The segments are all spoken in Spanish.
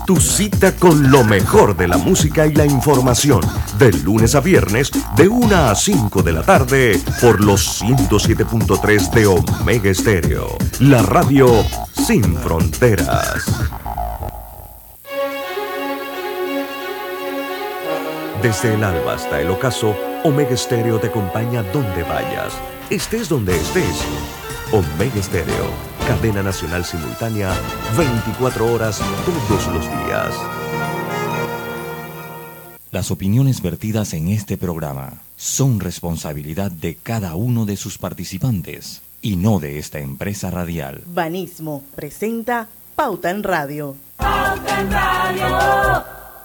Tu cita con lo mejor de la música y la información. De lunes a viernes, de 1 a 5 de la tarde, por los 107.3 de Omega Estéreo. La radio sin fronteras. Desde el alba hasta el ocaso, Omega Estéreo te acompaña donde vayas, estés donde estés. Omega Estéreo, cadena nacional simultánea, 24 horas todos los días. Las opiniones vertidas en este programa son responsabilidad de cada uno de sus participantes y no de esta empresa radial. Banismo presenta Pauta en Radio. ¡Pauta en Radio!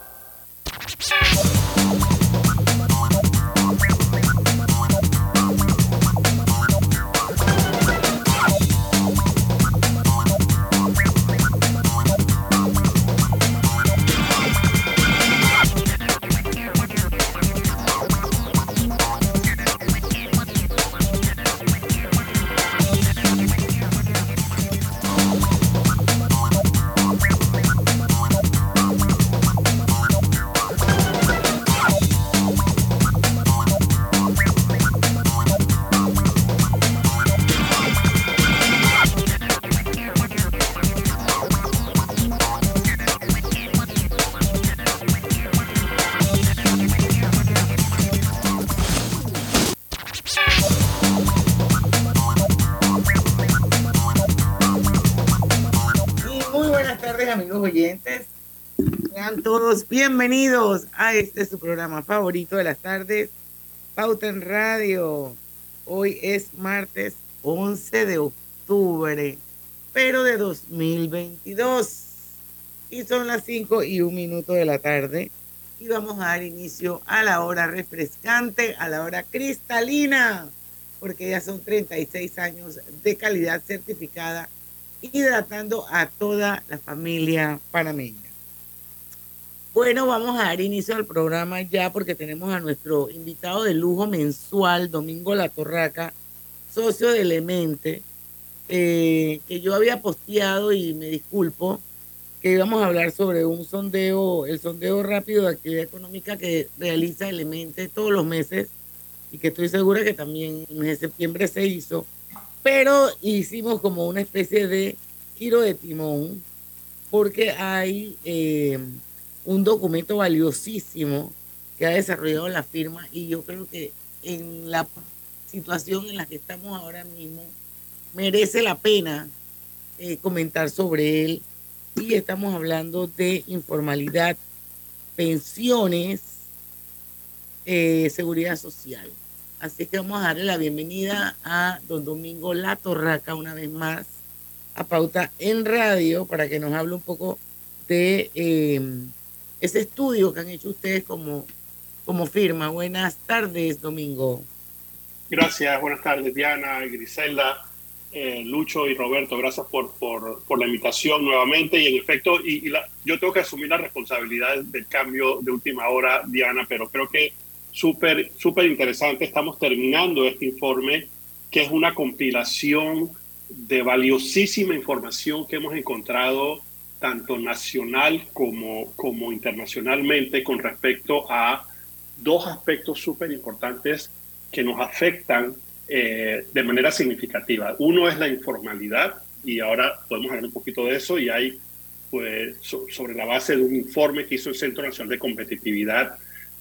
Sean todos bienvenidos a su programa favorito de las tardes, Pauta en Radio. Hoy es martes 11 de octubre, pero de 2022. Y son las 5:01 de la tarde. Y vamos a dar inicio a la hora refrescante, a la hora cristalina, porque ya son 36 años de calidad certificada, hidratando a toda la familia panameña. Bueno, vamos a dar inicio al programa ya porque tenemos a nuestro invitado de lujo mensual, Domingo La Torraca, socio de Elemente, que yo había posteado y me disculpo, que íbamos a hablar sobre un sondeo, el sondeo rápido de actividad económica que realiza Elemente todos los meses y que estoy segura que también en el mes de septiembre se hizo, pero hicimos como una especie de giro de timón porque hay un documento valiosísimo que ha desarrollado la firma y yo creo que en la situación en la que estamos ahora mismo merece la pena comentar sobre él. Y estamos hablando de informalidad, pensiones, seguridad social. Así que vamos a darle la bienvenida a don Domingo La Torraca una vez más a Pauta en Radio para que nos hable un poco de ese estudio que han hecho ustedes como firma. Buenas tardes, Domingo. Gracias, buenas tardes, Diana, Griselda, Lucho y Roberto. Gracias por la invitación nuevamente. Y en efecto, yo tengo que asumir la responsabilidad del cambio de última hora, Diana, pero creo que súper interesante. Estamos terminando este informe, que es una compilación de valiosísima información que hemos encontrado tanto nacional como internacionalmente con respecto a dos aspectos súper importantes que nos afectan de manera significativa. Uno es la informalidad, y ahora podemos hablar un poquito de eso, y hay, pues, sobre la base de un informe que hizo el Centro Nacional de Competitividad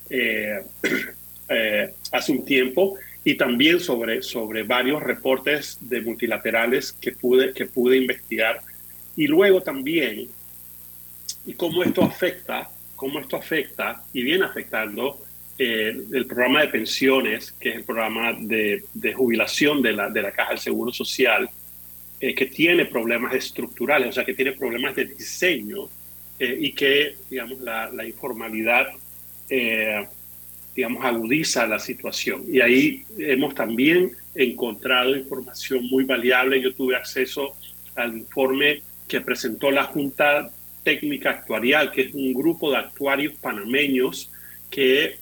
hace un tiempo, y también sobre varios reportes de multilaterales que pude investigar. Y luego también, y cómo esto afecta y viene afectando el programa de pensiones, que es el programa de jubilación de la Caja del Seguro Social, que tiene problemas estructurales, o sea, que tiene problemas de diseño y que, digamos, la informalidad, digamos, agudiza la situación. Y ahí hemos también encontrado información muy variable. Yo tuve acceso al informe que presentó la Junta Técnica Actuarial, que es un grupo de actuarios panameños que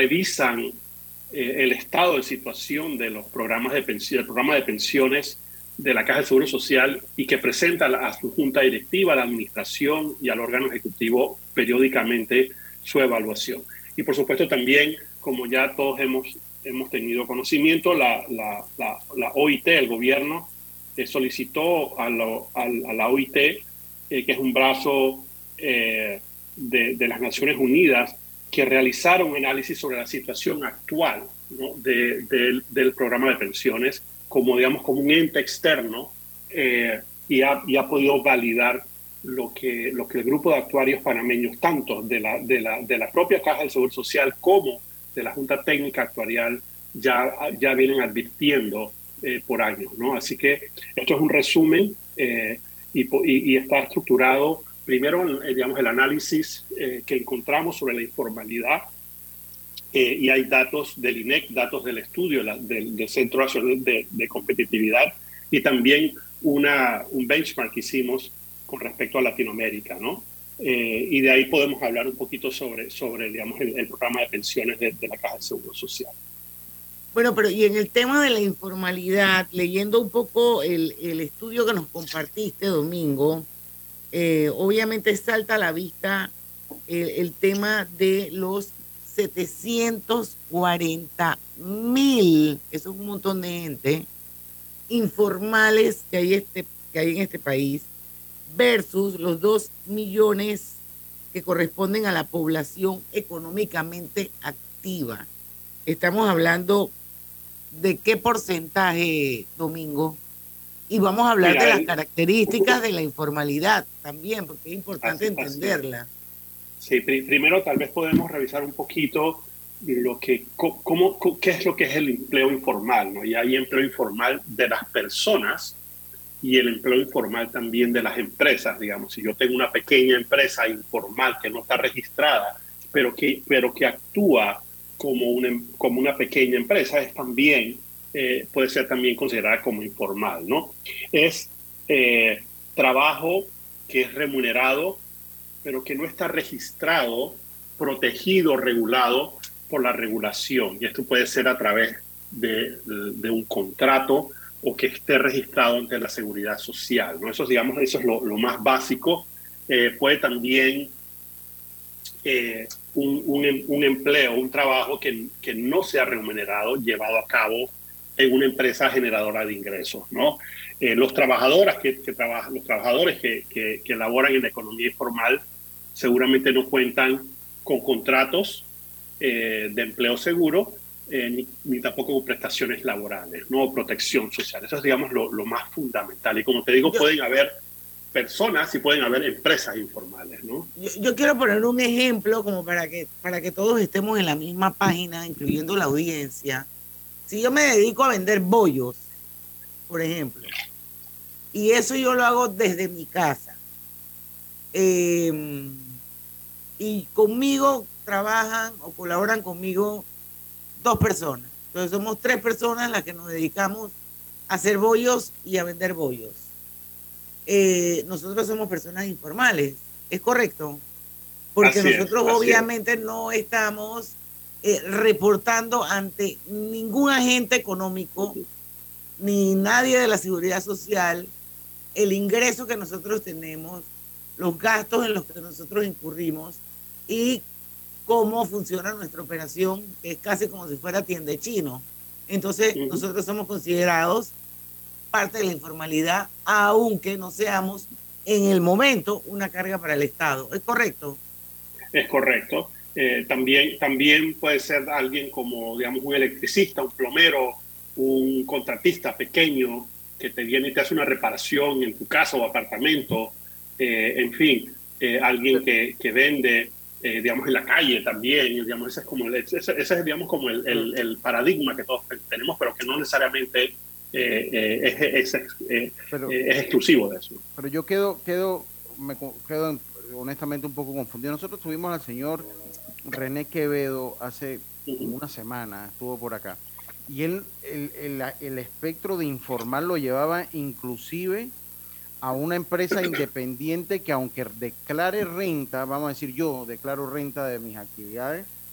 revisan el estado de situación de los programas de pensiones de la Caja de Seguro Social y que presenta a su junta directiva, a la administración y al órgano ejecutivo periódicamente su evaluación. Y por supuesto también, como ya todos hemos tenido conocimiento, la OIT, el gobierno, solicitó a la OIT, que es un brazo de las Naciones Unidas, que realizara un análisis sobre la situación actual, ¿no?, del programa de pensiones, como un ente externo, y ha podido validar lo que el grupo de actuarios panameños, tanto de la propia Caja del Seguro Social como de la Junta Técnica Actuarial, ya vienen advirtiendo por años, ¿no? Así que esto es un resumen y está estructurado primero, el análisis que encontramos sobre la informalidad, y hay datos del INEC, datos del estudio del Centro Nacional de Competitividad, y también un benchmark que hicimos con respecto a Latinoamérica, ¿no? Y de ahí podemos hablar un poquito sobre el programa de pensiones de la Caja de Seguro Social. Bueno, pero y en el tema de la informalidad, leyendo un poco el estudio que nos compartiste, Domingo, obviamente salta a la vista el tema de los 740,000, eso es un montón de gente, informales que hay en este país, versus los 2 millones que corresponden a la población económicamente activa. Estamos hablando de qué porcentaje, Domingo, y vamos a hablar de las características de la informalidad también, porque es importante entenderla. Sí, primero tal vez podemos revisar un poquito qué es lo que es el empleo informal, ¿no? Y hay empleo informal de las personas y el empleo informal también de las empresas, digamos. Si yo tengo una pequeña empresa informal que no está registrada, pero que actúa como una pequeña empresa, es también, puede ser también considerada como informal, ¿no? Es trabajo que es remunerado, pero que no está registrado, protegido, regulado por la regulación. Y esto puede ser a través de un contrato o que esté registrado ante la Seguridad Social, ¿no? Eso es lo más básico. Puede también un empleo, un trabajo que no sea remunerado, llevado a cabo en una empresa generadora de ingresos, ¿no? Los trabajadores que laboran en la economía informal seguramente no cuentan con contratos de empleo seguro, ni tampoco con prestaciones laborales, ¿no? Protección social. Eso es, digamos, lo más fundamental. Y como te digo, pueden haber personas y pueden haber empresas informales, ¿no? Yo quiero poner un ejemplo como para que todos estemos en la misma página, incluyendo la audiencia. Si yo me dedico a vender bollos, por ejemplo, y eso yo lo hago desde mi casa, y conmigo trabajan o colaboran conmigo 2 personas. Entonces somos 3 personas las que nos dedicamos a hacer bollos y a vender bollos. Nosotros somos personas informales, ¿es correcto? Porque nosotros obviamente no estamos reportando ante ningún agente económico ni nadie de la Seguridad Social el ingreso que nosotros tenemos, los gastos en los que nosotros incurrimos y cómo funciona nuestra operación, que es casi como si fuera tienda de chino. Entonces, nosotros somos considerados parte de la informalidad, aunque no seamos en el momento una carga para el Estado. ¿Es correcto? Es correcto. También puede ser alguien como, digamos, un electricista, un plomero, un contratista pequeño que te viene y te hace una reparación en tu casa o apartamento, en fin, alguien que vende, digamos, en la calle también, digamos, ese es digamos, como el paradigma que todos tenemos, pero que no necesariamente es exclusivo de eso. Pero yo quedo honestamente un poco confundido. Nosotros tuvimos al señor René Quevedo hace una semana, estuvo por acá, y él el espectro de informal lo llevaba inclusive a una empresa independiente que, aunque declare renta, vamos a decir, yo declaro renta de mis actividades,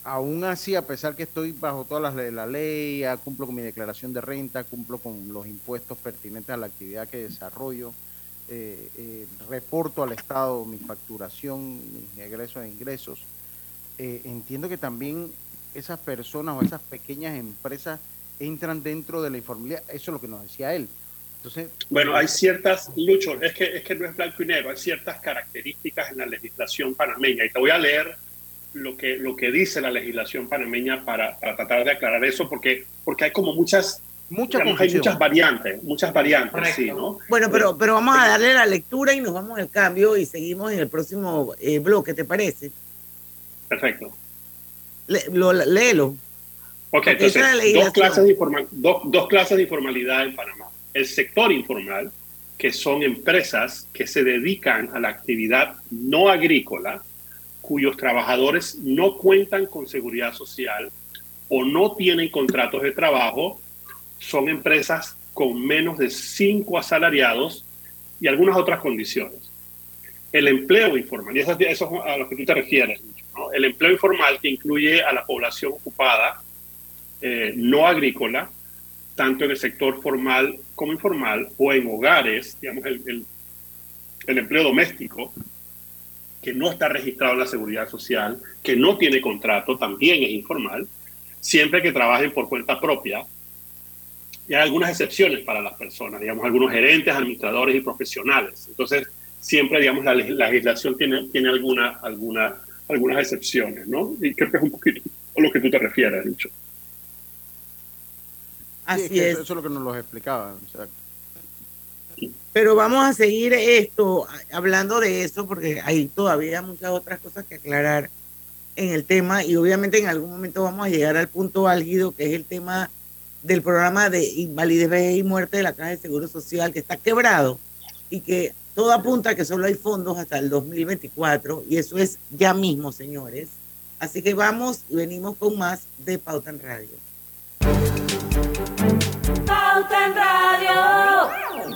aún así, a pesar que estoy bajo todas las leyes de la ley, cumplo con mi declaración de renta, cumplo con los impuestos pertinentes a la actividad que desarrollo, reporto al Estado mi facturación, mis egresos e ingresos, entiendo que también esas personas o esas pequeñas empresas entran dentro de la informalidad. Eso es lo que nos decía él. Entonces, bueno, hay ciertas, Lucho, es que no es blanco y negro, hay ciertas características en la legislación panameña, y te voy a leer lo que dice la legislación panameña para tratar de aclarar eso, porque hay como muchas variantes, sí, ¿no? Bueno, pero vamos a darle la lectura y nos vamos al cambio y seguimos en el próximo bloque, ¿te parece? Perfecto. Léelo. Ok, entonces, dos clases de informalidad en Panamá. El sector informal, que son empresas que se dedican a la actividad no agrícola, cuyos trabajadores no cuentan con seguridad social o no tienen contratos de trabajo, son empresas con menos de 5 asalariados y algunas otras condiciones. El empleo informal, y eso es a lo que tú te refieres, ¿no? El empleo informal, que incluye a la población ocupada no agrícola, tanto en el sector formal como informal, o en hogares, digamos, el empleo doméstico, que no está registrado en la seguridad social, que no tiene contrato, también es informal, siempre que trabajen por cuenta propia. Y hay algunas excepciones para las personas, digamos, algunos gerentes, administradores y profesionales. Entonces, siempre, digamos, la legislación tiene algunas excepciones, ¿no? Y creo que es un poquito a lo que tú te refieres, Lucho. Así es. Eso es lo que nos lo explicaba. Exacto. Pero vamos a seguir hablando de eso, porque hay todavía muchas otras cosas que aclarar en el tema, y obviamente en algún momento vamos a llegar al punto álgido, que es el tema del programa de invalidez, vejez y muerte de la Caja de Seguro Social, que está quebrado y que todo apunta a que solo hay fondos hasta el 2024, y eso es ya mismo, señores. Así que vamos y venimos con más de Pauta en Radio. Pauta en Radio.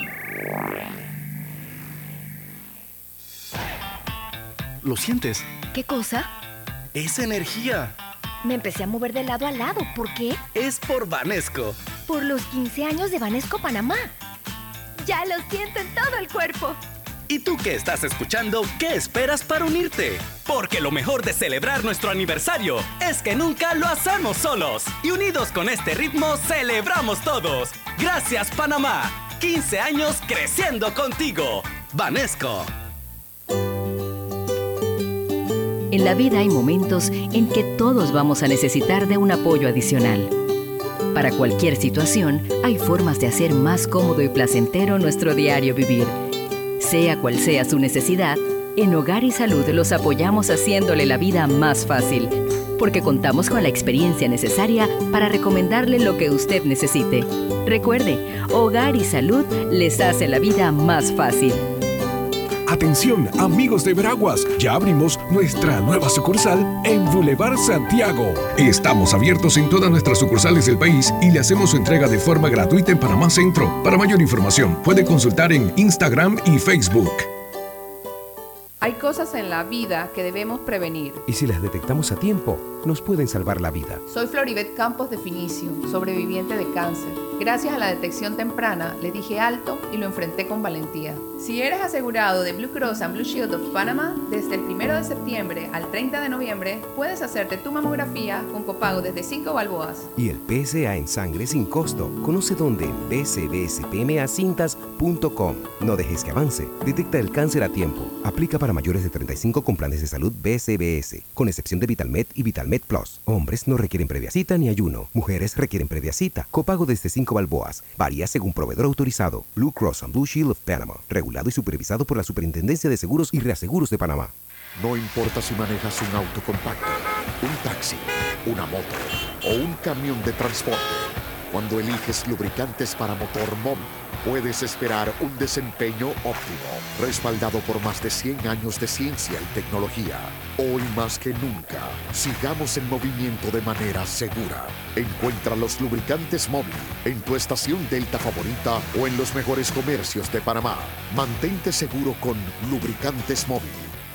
¿Lo sientes? ¿Qué cosa? Es energía. Me empecé a mover de lado a lado. ¿Por qué? Es por Banesco. Por los 15 años de Banesco Panamá. Ya lo siento en todo el cuerpo. ¿Y tú que estás escuchando, qué esperas para unirte? Porque lo mejor de celebrar nuestro aniversario es que nunca lo hacemos solos. Y unidos con este ritmo, celebramos todos. Gracias, Panamá. 15 años creciendo contigo. Banesco. En la vida hay momentos en que todos vamos a necesitar de un apoyo adicional. Para cualquier situación, hay formas de hacer más cómodo y placentero nuestro diario vivir. Sea cual sea su necesidad, en Hogar y Salud los apoyamos haciéndole la vida más fácil, porque contamos con la experiencia necesaria para recomendarle lo que usted necesite. Recuerde, Hogar y Salud les hace la vida más fácil. Atención, amigos de Veraguas, ya abrimos nuestra nueva sucursal en Boulevard Santiago. Estamos abiertos en todas nuestras sucursales del país y le hacemos su entrega de forma gratuita en Panamá Centro. Para mayor información, puede consultar en Instagram y Facebook. Hay cosas en la vida que debemos prevenir. Y si las detectamos a tiempo, nos pueden salvar la vida. Soy Floribet Campos de Finicio, sobreviviente de cáncer. Gracias a la detección temprana, le dije alto y lo enfrenté con valentía. Si eres asegurado de Blue Cross and Blue Shield of Panama, desde el 1 de septiembre al 30 de noviembre, puedes hacerte tu mamografía con copago desde 5 balboas. Y el PSA en sangre sin costo. Conoce dónde en bcbspmacintas.com. No dejes que avance. Detecta el cáncer a tiempo. Aplica para mayores de 35 con planes de salud BCBS, con excepción de VitalMed y VitalMed Plus. Hombres no requieren previa cita ni ayuno. Mujeres requieren previa cita. Copago desde 5 balboas. Varía según proveedor autorizado. Blue Cross and Blue Shield of Panama. Regulado y supervisado por la Superintendencia de Seguros y Reaseguros de Panamá. No importa si manejas un auto compacto, un taxi, una moto o un camión de transporte. Cuando eliges lubricantes para motor móvil, puedes esperar un desempeño óptimo, respaldado por más de 100 años de ciencia y tecnología. Hoy más que nunca, sigamos en movimiento de manera segura. Encuentra los lubricantes móvil en tu estación Delta favorita o en los mejores comercios de Panamá. Mantente seguro con lubricantes móvil.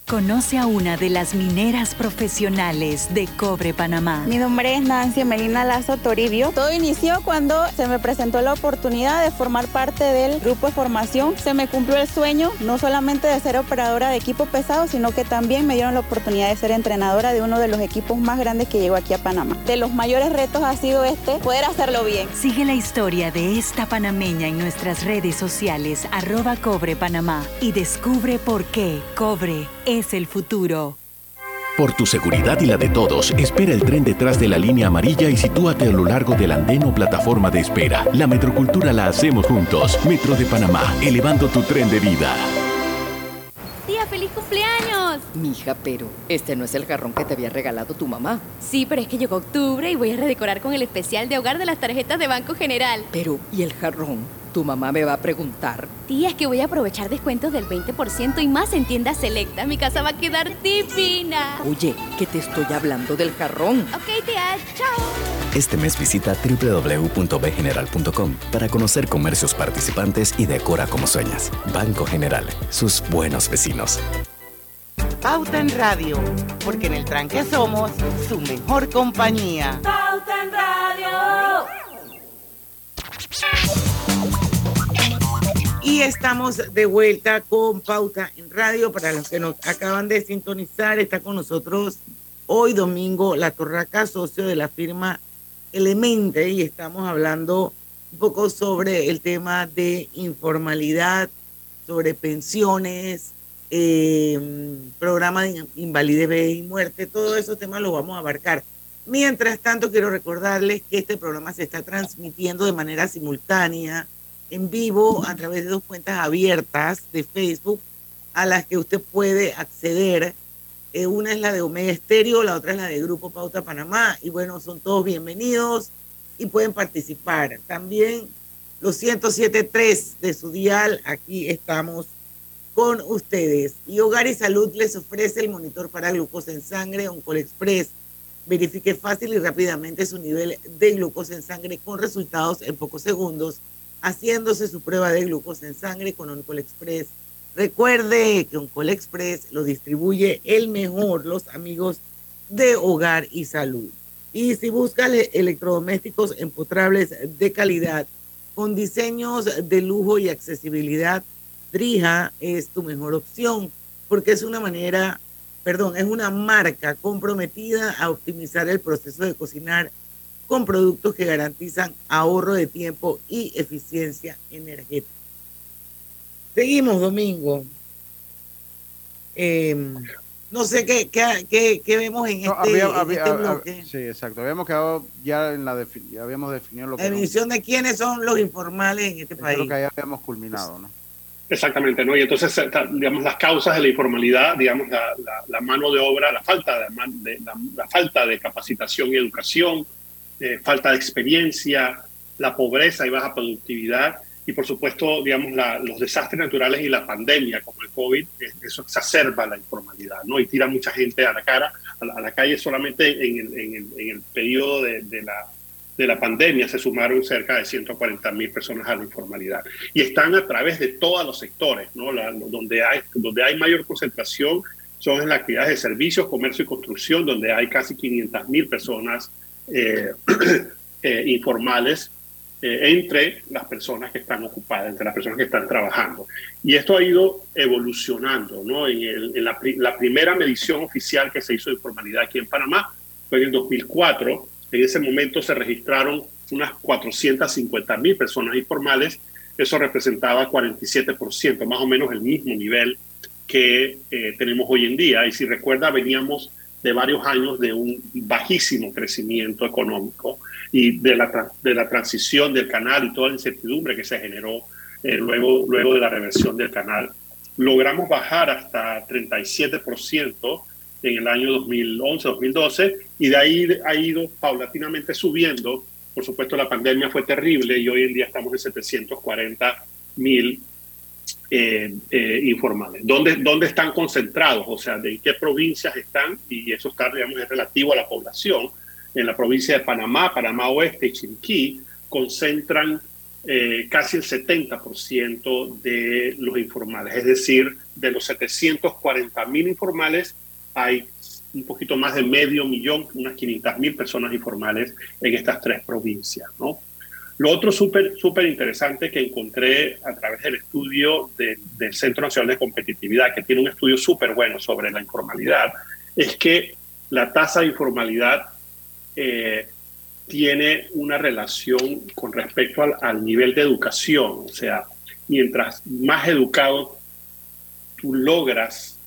Conoce a una de las mineras profesionales de Cobre Panamá. Mi nombre es Nancy Melina Lazo Toribio. Todo inició cuando se me presentó la oportunidad de formar parte del grupo de formación. Se me cumplió el sueño, no solamente de ser operadora de equipo pesado, sino que también me dieron la oportunidad de ser entrenadora de uno de los equipos más grandes que llegó aquí a Panamá. De los mayores retos ha sido poder hacerlo bien. Sigue la historia de esta panameña en nuestras redes sociales, @CobrePanamá, y descubre por qué Cobre es el futuro. Por tu seguridad y la de todos, espera el tren detrás de la línea amarilla y sitúate a lo largo del andén o plataforma de espera. La metrocultura la hacemos juntos. Metro de Panamá, elevando tu tren de vida. ¡Tía, feliz cumpleaños! Mija, pero este no es el jarrón que te había regalado tu mamá. Sí, pero es que llegó octubre y voy a redecorar con el especial de hogar de las tarjetas de Banco General. Pero, ¿y el jarrón? Tu mamá me va a preguntar. Tía, es que voy a aprovechar descuentos del 20% y más en tiendas selectas. Mi casa va a quedar divina. Oye, que te estoy hablando del jarrón. Ok, tía, chao. Este mes visita www.bgeneral.com para conocer comercios participantes y decora como sueñas. Banco General, sus buenos vecinos. Pauta en Radio, porque en el tranque somos su mejor compañía. Pauta en Radio. Y estamos de vuelta con Pauta en Radio. Para los que nos acaban de sintonizar, está con nosotros hoy domingo La Torraca, socio de la firma Elemente, y estamos hablando un poco sobre el tema de informalidad, sobre pensiones, programa de invalidez, vejez y muerte. Todos esos temas los vamos a abarcar. Mientras tanto, quiero recordarles que este programa se está transmitiendo de manera simultánea, en vivo, a través de 2 cuentas abiertas de Facebook a las que usted puede acceder. Una es la de Omega Estéreo, la otra es la de Grupo Pauta Panamá. Y bueno, son todos bienvenidos y pueden participar. También los 107.3 de su dial, aquí estamos con ustedes. Y Hogar y Salud les ofrece el monitor para glucosa en sangre Oncol Express. Verifique fácil y rápidamente su nivel de glucosa en sangre con resultados en pocos segundos, haciéndose su prueba de glucosa en sangre con Oncol Express. Recuerde que Oncol Express lo distribuye los amigos de Hogar y Salud. Y si buscas electrodomésticos empotrables de calidad, con diseños de lujo y accesibilidad, Drija es tu mejor opción, porque es una marca comprometida a optimizar el proceso de cocinar con productos que garantizan ahorro de tiempo y eficiencia energética. Seguimos, Domingo. No sé qué vemos en este bloque. Sí, exacto. Habíamos quedado ya habíamos definido lo que... La definición de quiénes son los informales en este país. Creo que ya habíamos culminado, ¿no? Exactamente, ¿no? Y entonces, digamos, las causas de la informalidad, digamos, la mano de obra, la falta de capacitación y educación, falta de experiencia, la pobreza y baja productividad, y por supuesto, digamos, los desastres naturales y la pandemia, como el COVID, eso exacerba la informalidad, ¿no? Y tira mucha gente a la calle solamente en el periodo de la pandemia se sumaron cerca de 140.000 personas a la informalidad. Y están a través de todos los sectores, ¿no? Donde hay mayor concentración son en las actividades de servicios, comercio y construcción, donde hay casi 500.000 personas informales entre las personas que están ocupadas, entre las personas que están trabajando. Y esto ha ido evolucionando, ¿no? En la primera medición oficial que se hizo de informalidad aquí en Panamá fue en el 2004. En ese momento se registraron unas 450.000 personas informales. Eso representaba 47%, más o menos el mismo nivel que tenemos hoy en día. Y si recuerda, veníamos de varios años de un bajísimo crecimiento económico y de la transición del canal y toda la incertidumbre que se generó luego de la reversión del canal. Logramos bajar hasta 37% en el año 2011-2012, y de ahí ha ido paulatinamente subiendo. Por supuesto, la pandemia fue terrible y hoy en día estamos en 740.000 informales. ¿Dónde están concentrados? O sea, ¿de qué provincias están? Y eso está, digamos, es relativo a la población. En la provincia de Panamá, Panamá Oeste y Chiriquí concentran casi el 70% de los informales. Es decir, de los 740,000 informales, hay un poquito más de 500,000, unas 500,000 personas informales en estas 3 provincias, ¿no? Lo otro súper interesante que encontré a través del estudio del Centro Nacional de Competitividad, que tiene un estudio súper bueno sobre la informalidad, es que la tasa de informalidad tiene una relación con respecto al nivel de educación. O sea, mientras más educado tú logras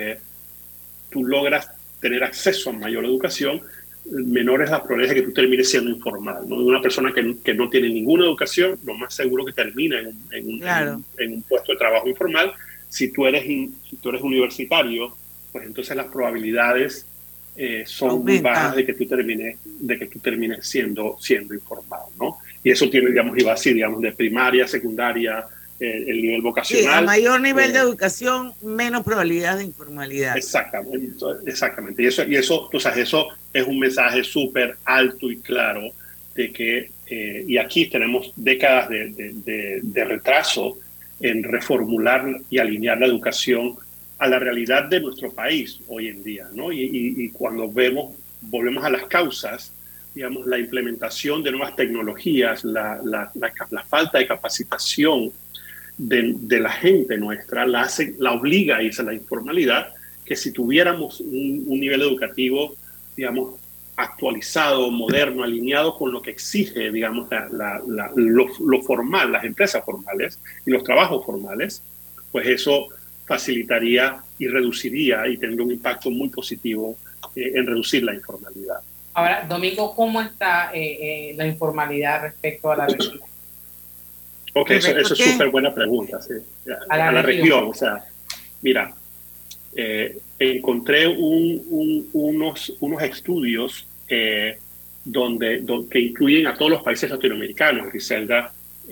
tener acceso a mayor educación, menor es la probabilidad de que tú termines siendo informal, ¿no? Una persona que no tiene ninguna educación, lo más seguro que termina en un puesto de trabajo informal. Si tú eres universitario, pues entonces las probabilidades son muy bajas de que tú termines siendo informal, ¿no? Y eso tiene, digamos, iba así, digamos, de primaria, secundaria, el nivel vocacional. Sí, a mayor nivel de educación, menos probabilidad de informalidad. Exactamente. Y eso, tú sabes, eso es un mensaje súper alto y claro de que, y aquí tenemos décadas de retraso en reformular y alinear la educación a la realidad de nuestro país hoy en día, ¿no? Y cuando volvemos a las causas, digamos, la implementación de nuevas tecnologías, la falta de capacitación de la gente nuestra, la obliga a irse a la informalidad, que si tuviéramos un nivel educativo, digamos, actualizado, moderno, alineado con lo que exige, digamos, lo formal, las empresas formales y los trabajos formales, pues eso facilitaría y reduciría y tendría un impacto muy positivo en reducir la informalidad. Ahora, Domingo, ¿cómo está la informalidad respecto a la región? Ok, eso es súper buena pregunta. Sí. A la región, o sea, mira, encontré unos estudios que incluyen a todos los países latinoamericanos, Griselda,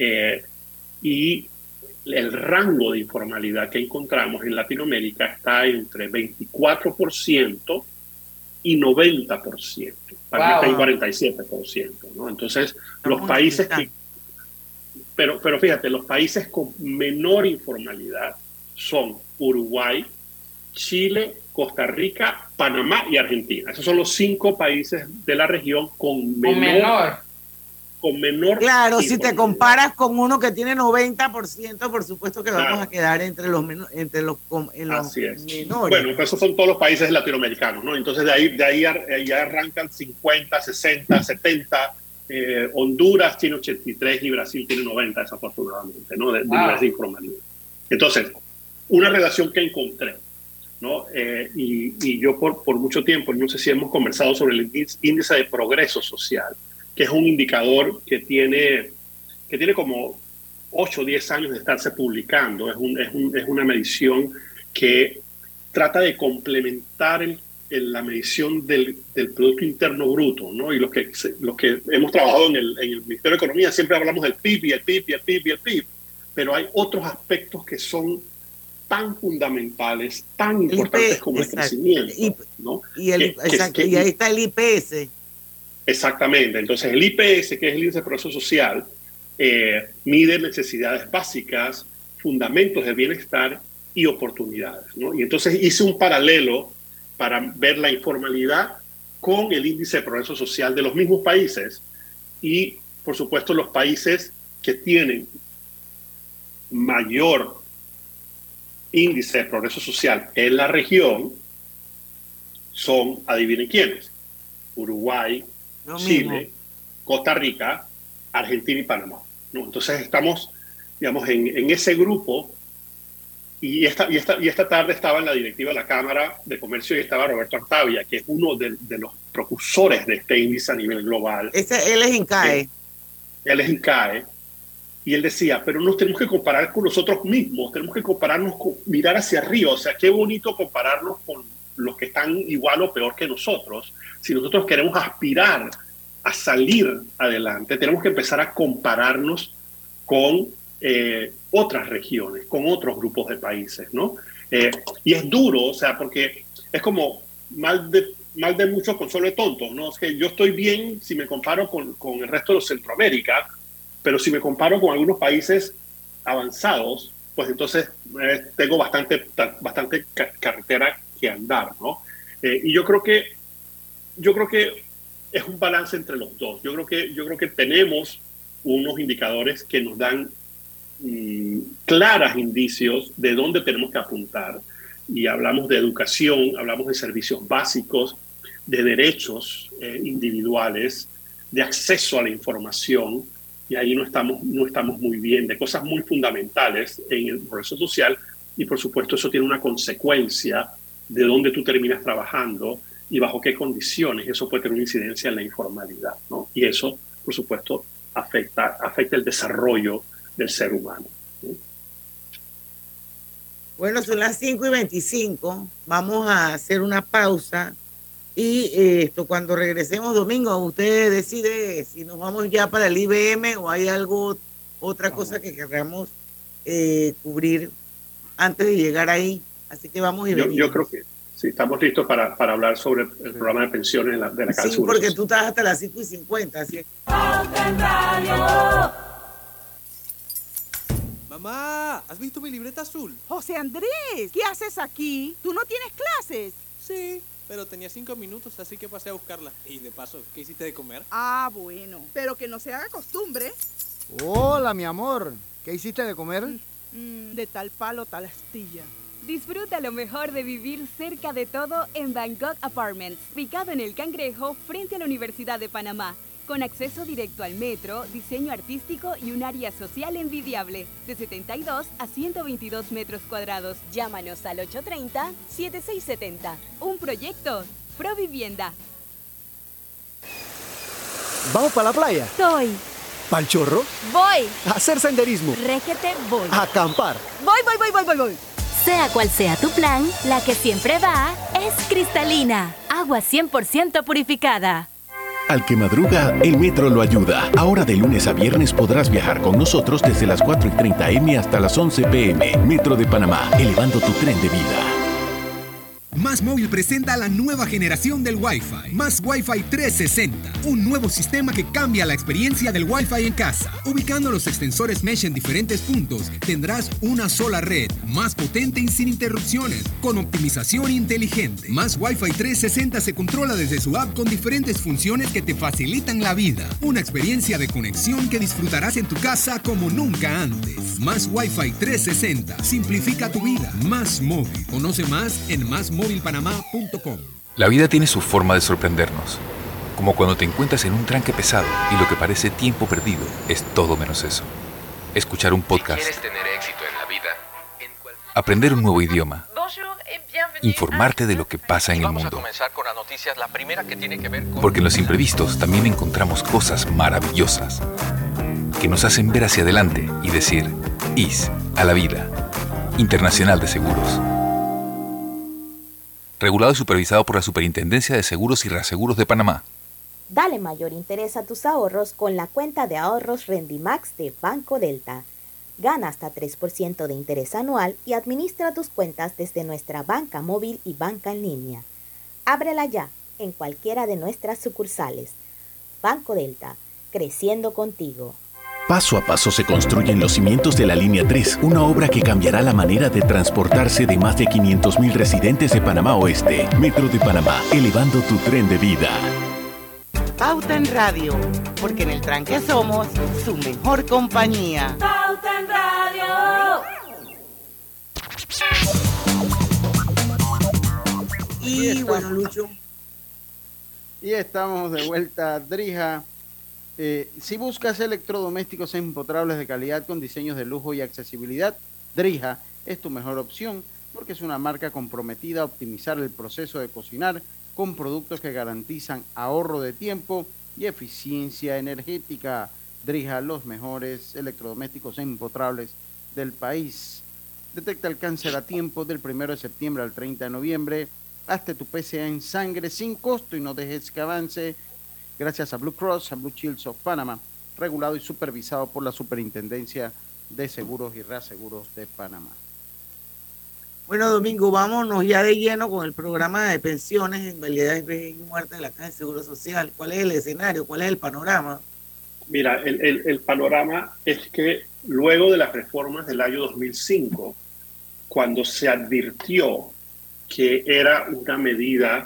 y el rango de informalidad que encontramos en Latinoamérica está entre 24% y 90%. También está en 47%, ¿no? Entonces, los países que... Pero fíjate, los países con menor informalidad son Uruguay, Chile, Costa Rica, Panamá y Argentina. Esos son los 5 países de la región con menor. Claro, si te comparas con uno que tiene 90%, por supuesto que vamos a quedar entre los menores. Bueno, pues esos son todos los países latinoamericanos, ¿no? Entonces de ahí arrancan 50, 60, 70. Honduras tiene 83 y Brasil tiene 90, desafortunadamente, ¿no? De niveles de informalidad. Entonces, una relación que encontré, ¿no? Y yo por mucho tiempo, no sé si hemos conversado sobre el índice de progreso social, que es un indicador que tiene como 8 o 10 años de estarse publicando. Es una medición que trata de complementar la medición del Producto Interno Bruto, ¿no? Y los que hemos trabajado en el Ministerio de Economía siempre hablamos del PIB y el PIB y el PIB y el PIB, pero hay otros aspectos que son tan fundamentales, tan importantes como el crecimiento, ¿no? Y ahí está el IPS. Exactamente. Entonces el IPS, que es el índice de progreso social, mide necesidades básicas, fundamentos de bienestar y oportunidades, ¿no? Y entonces hice un paralelo para ver la informalidad con el índice de progreso social de los mismos países y, por supuesto, los países que tienen mayor índice de progreso social en la región son, adivinen quiénes, Uruguay, Chile, Costa Rica, Argentina y Panamá, ¿no? Entonces estamos, digamos, en ese grupo. Y esta tarde estaba en la directiva de la Cámara de Comercio y estaba Roberto Artavia, que es uno de los propulsores de este índice a nivel global. Él es INCAE. Él es INCAE. Y él decía, pero nos tenemos que comparar con nosotros mismos, tenemos que compararnos, mirar hacia arriba. O sea, qué bonito compararnos con los que están igual o peor que nosotros. Si nosotros queremos aspirar a salir adelante, tenemos que empezar a compararnos con otras regiones, con otros grupos de países, ¿no? Y es duro, o sea, porque es como mal de muchos consuelo de tontos, ¿no? Es que yo estoy bien si me comparo con el resto de Centroamérica, Pero si me comparo con algunos países avanzados, pues entonces tengo bastante carretera que andar, ¿no? Y yo creo que es un balance entre los dos. Yo creo que tenemos unos indicadores que nos dan claros indicios de dónde tenemos que apuntar. Y hablamos de educación, hablamos de servicios básicos, de derechos individuales, de acceso a la información, y ahí no estamos muy bien, de cosas muy fundamentales en el proceso social, y por supuesto eso tiene una consecuencia de dónde tú terminas trabajando y bajo qué condiciones. Eso puede tener una incidencia en la informalidad, ¿no? Y eso, por supuesto, afecta el desarrollo del ser humano, ¿no? Bueno, son las 5:25. Vamos a hacer una pausa. Y cuando regresemos domingo, usted decide si nos vamos ya para el IBM o hay otra cosa que queramos cubrir antes de llegar ahí. Así que vamos y venimos. Yo creo que sí, estamos listos para hablar sobre el programa de pensiones de la Caja de Seguros. Sí, porque tú estás hasta las 5:50. Así es. Mamá, ¿has visto mi libreta azul? José Andrés, ¿qué haces aquí? ¿Tú no tienes clases? Sí, pero tenía 5 minutos, así que pasé a buscarla. Y de paso, ¿qué hiciste de comer? Ah, bueno, pero que no se haga costumbre. Hola, mi amor. ¿Qué hiciste de comer? De tal palo, tal astilla. Disfruta lo mejor de vivir cerca de todo en Bangkok Apartments, ubicado en El Cangrejo, frente a la Universidad de Panamá. Con acceso directo al metro, diseño artístico y un área social envidiable, de 72 a 122 metros cuadrados. Llámanos al 830-7670. Un proyecto Provivienda. ¿Vamos para la playa? Soy. ¿Pa'l chorro? Voy. ¿A hacer senderismo? Réquete, voy. ¿A acampar? Voy. Sea cual sea tu plan, la que siempre va es cristalina. Agua 100% purificada. Al que madruga, el metro lo ayuda. Ahora de lunes a viernes podrás viajar con nosotros desde las 4:30 am hasta las 11 p.m. Metro de Panamá, elevando tu tren de vida. Más Móvil presenta la nueva generación del Wi-Fi. Más Wi-Fi 360. Un nuevo sistema que cambia la experiencia del Wi-Fi en casa. Ubicando los extensores Mesh en diferentes puntos, tendrás una sola red, más potente y sin interrupciones, con optimización inteligente. Más Wi-Fi 360 se controla desde su app con diferentes funciones que te facilitan la vida. Una experiencia de conexión que disfrutarás en tu casa como nunca antes. Más Wi-Fi 360. Simplifica tu vida. Más Móvil. Conoce más en másmóvilpanamá.com. La vida tiene su forma de sorprendernos. Como cuando te encuentras en un tranque pesado y lo que parece tiempo perdido es todo menos eso. Escuchar un podcast. Si quieres tener éxito en la vida, aprender un nuevo idioma. Informarte de lo que pasa en el vamos mundo. a comenzar con las noticias, la primera que tiene que ver con... Porque en los imprevistos también encontramos cosas maravillosas que nos hacen ver hacia adelante y decir IS a la vida. Internacional de Seguros. Regulado y supervisado por la Superintendencia de Seguros y Reaseguros de Panamá. Dale mayor interés a tus ahorros con la cuenta de ahorros Rendimax de Banco Delta. Gana hasta 3% de interés anual y administra tus cuentas desde nuestra banca móvil y banca en línea. Ábrela ya en cualquiera de nuestras sucursales. Banco Delta, creciendo contigo. Paso a paso se construyen los cimientos de la Línea 3, una obra que cambiará la manera de transportarse de más de 500,000 residentes de Panamá Oeste. Metro de Panamá, elevando tu tren de vida. Pauta en Radio, porque en el tranque somos su mejor compañía. Pauta en Radio. Y bueno, Lucho. Y estamos de vuelta, Drija. Si buscas electrodomésticos empotrables de calidad con diseños de lujo y accesibilidad, Drija es tu mejor opción porque es una marca comprometida a optimizar el proceso de cocinar con productos que garantizan ahorro de tiempo y eficiencia energética. Drija, los mejores electrodomésticos empotrables del país. Detecta el cáncer a tiempo del 1 de septiembre al 30 de noviembre. Hazte tu PSA en sangre sin costo y no dejes que avance. Gracias a Blue Cross, a Blue Shields of Panama, regulado y supervisado por la Superintendencia de Seguros y Reaseguros de Panamá. Bueno, Domingo, vámonos ya de lleno con el programa de pensiones, invalidez, vejez y muerte de la Caja de Seguro Social. ¿Cuál es el escenario? ¿Cuál es el panorama? Mira, el panorama es que luego de las reformas del año 2005, cuando se advirtió que era una medida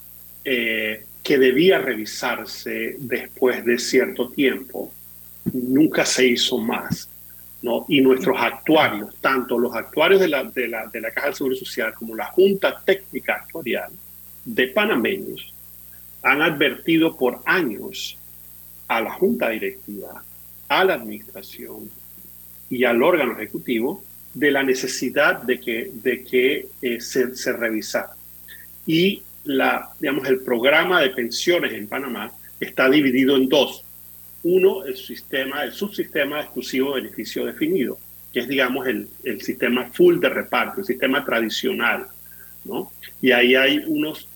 que debía revisarse después de cierto tiempo, nunca se hizo más, ¿no? Y nuestros actuarios, tanto los actuarios de la Caja del Seguro Social como la Junta Técnica Actuarial de panameños han advertido por años a la Junta Directiva, a la Administración y al órgano ejecutivo de la necesidad de que se revisara. Y el programa de pensiones en Panamá está dividido en dos. Uno, el subsistema exclusivo de beneficio definido, que es, digamos, el sistema full de reparto, el sistema tradicional, ¿no? Y ahí hay unos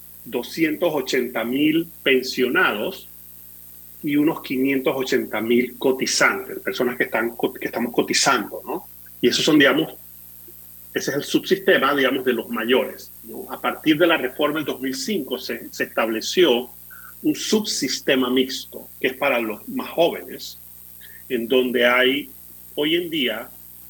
280,000 pensionados y unos 580,000 cotizantes, personas que estamos cotizando, ¿no? Y esos son, digamos, ese es el subsistema, digamos, de los mayores, ¿no? A partir de la reforma del 2005 se estableció un subsistema mixto, que es para los más jóvenes, en donde hay hoy en día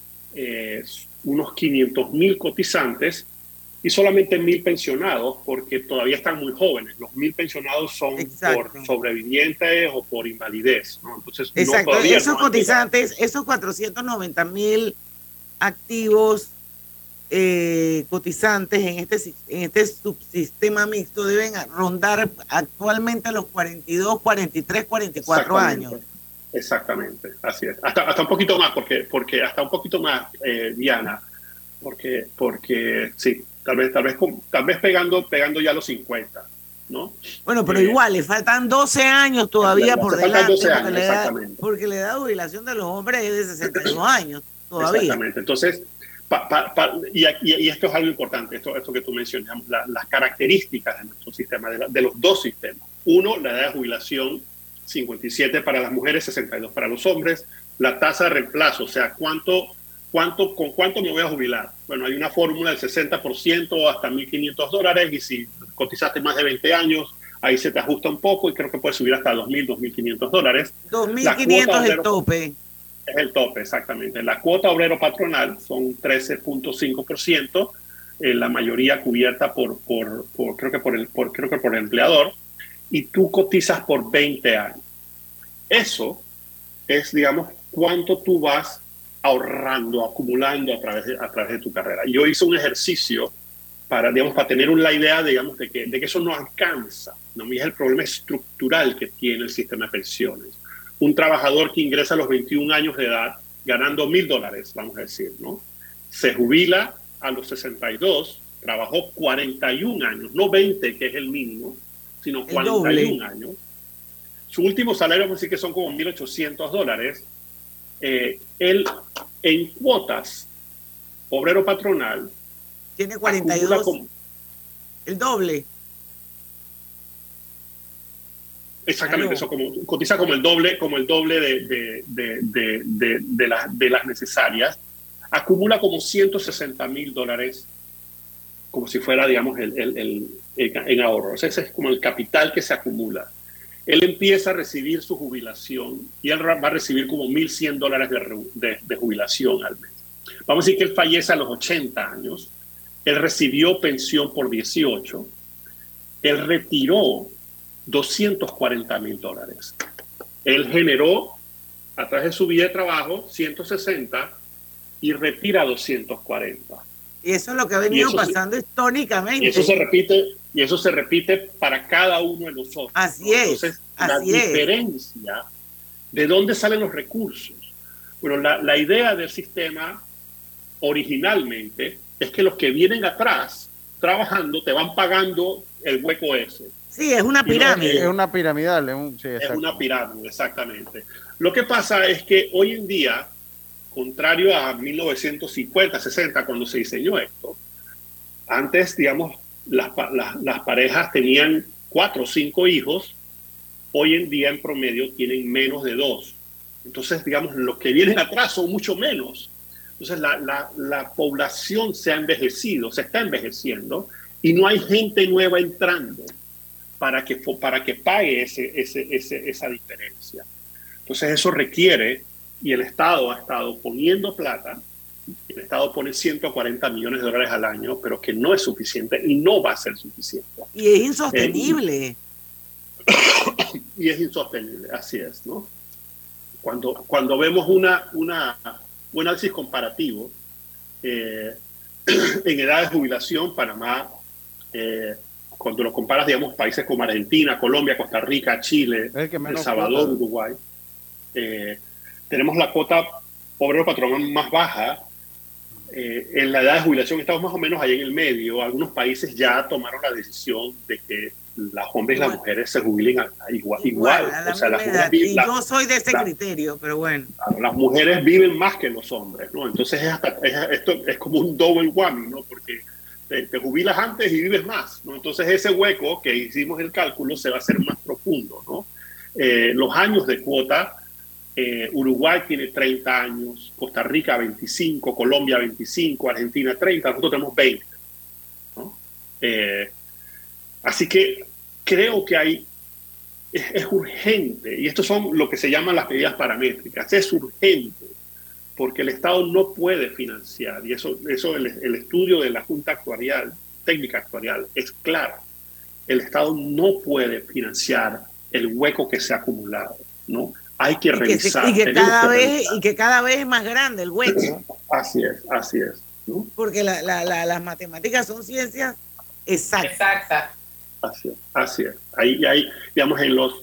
unos 500,000 cotizantes y solamente 1,000 pensionados, porque todavía están muy jóvenes. Los 1,000 pensionados son por sobrevivientes o por invalidez, ¿no? Entonces, exacto, no, esos cotizantes, esos 490,000 activos cotizantes en este subsistema mixto deben rondar actualmente los 42, 43, 44 años. Exactamente, así es. Hasta un poquito más, porque hasta un poquito más, Diana, porque sí, tal vez pegando ya los 50, ¿no? Bueno, pero igual, le faltan 12 años todavía por delante, 12 años, porque la edad de jubilación de los hombres es de 62 años todavía. Exactamente, entonces, y esto es algo importante, esto que tú mencionas, las características de nuestro sistema, de los dos sistemas. Uno, la edad de jubilación, 57 para las mujeres, 62 para los hombres. La tasa de reemplazo, o sea, ¿con cuánto me voy a jubilar? Bueno, hay una fórmula del 60% hasta $1,500, y si cotizaste más de 20 años, ahí se te ajusta un poco y creo que puede subir hasta $2,000, $2,500. $2,500 es el tope. Es el tope, exactamente. La cuota obrero patronal son 13.5%, la mayoría cubierta creo que por el empleador, y tú cotizas por 20 años. Eso es, digamos, cuánto tú vas ahorrando, acumulando a través de tu carrera. Yo hice un ejercicio para tener la idea, digamos, de que eso no alcanza, ¿no? Y es el problema estructural que tiene el sistema de pensiones. Un trabajador que ingresa a los 21 años de edad ganando $1,000, vamos a decir, ¿no? Se jubila a los 62, trabajó 41 años, no 20, que es el mínimo, sino 41 años. Su último salario, vamos a decir que son como $1,800. Él, en cuotas, obrero patronal, tiene 42, el doble. Exactamente, eso cotiza como el doble de las necesarias, acumula como $160,000, como si fuera, digamos, en ahorros. Ese es como el capital que se acumula. Él empieza a recibir su jubilación y él va a recibir como $1,100 de jubilación al mes. Vamos a decir que él fallece a los 80 años, él recibió pensión por 18, él retiró $240,000. Él generó, a través de su vida de trabajo, 160 y retira 240. Y eso es lo que ha venido pasando históricamente. Y eso se repite para cada uno de nosotros. Así es. Entonces, la diferencia de dónde salen los recursos. Bueno, la idea del sistema originalmente es que los que vienen atrás trabajando te van pagando el hueco ese. Sí, es una pirámide. Es una piramidal. Es una pirámide, exactamente. Lo que pasa es que hoy en día, contrario a 1950, 60, cuando se diseñó esto, antes, digamos, las parejas tenían 4 o 5 hijos, hoy en día en promedio tienen menos de 2. Entonces, digamos, los que vienen atrás son mucho menos. Entonces, la población se ha envejecido, se está envejeciendo, y no hay gente nueva entrando para que pague esa diferencia. Entonces eso requiere, y el Estado ha estado poniendo plata, el Estado pone 140 millones de dólares al año, pero que no es suficiente y no va a ser suficiente. Y es insostenible. Y es insostenible, así es, ¿no? Cuando vemos un análisis comparativo, en edad de jubilación, Panamá, cuando lo comparas, digamos, países como Argentina, Colombia, Costa Rica, Chile, El Salvador, Uruguay, tenemos la cuota obrero patronal más baja. En la edad de jubilación estamos más o menos ahí en el medio. Algunos países ya tomaron la decisión de que los hombres y las mujeres se jubilen igual. O sea, las mujeres yo soy de ese criterio, pero bueno. Las mujeres viven más que los hombres, ¿no? Entonces esto es como un double whammy, ¿no? Porque te jubilas antes y vives más, ¿no? Entonces ese hueco que hicimos el cálculo se va a hacer más profundo, ¿no? Los años de cuota, Uruguay tiene 30 años, Costa Rica 25, Colombia 25, Argentina 30, nosotros tenemos 20, ¿no? Así que creo que es urgente, y estos son lo que se llaman las medidas paramétricas, es urgente, porque el Estado no puede financiar, y eso el estudio de la Junta Actuarial, Técnica Actuarial, es claro. El Estado no puede financiar el hueco que se ha acumulado, ¿no? Hay que revisar. Y que cada vez es más grande el hueco. Así es. ¿No? Porque las matemáticas son ciencias exactas. Así es. Ahí, digamos, en los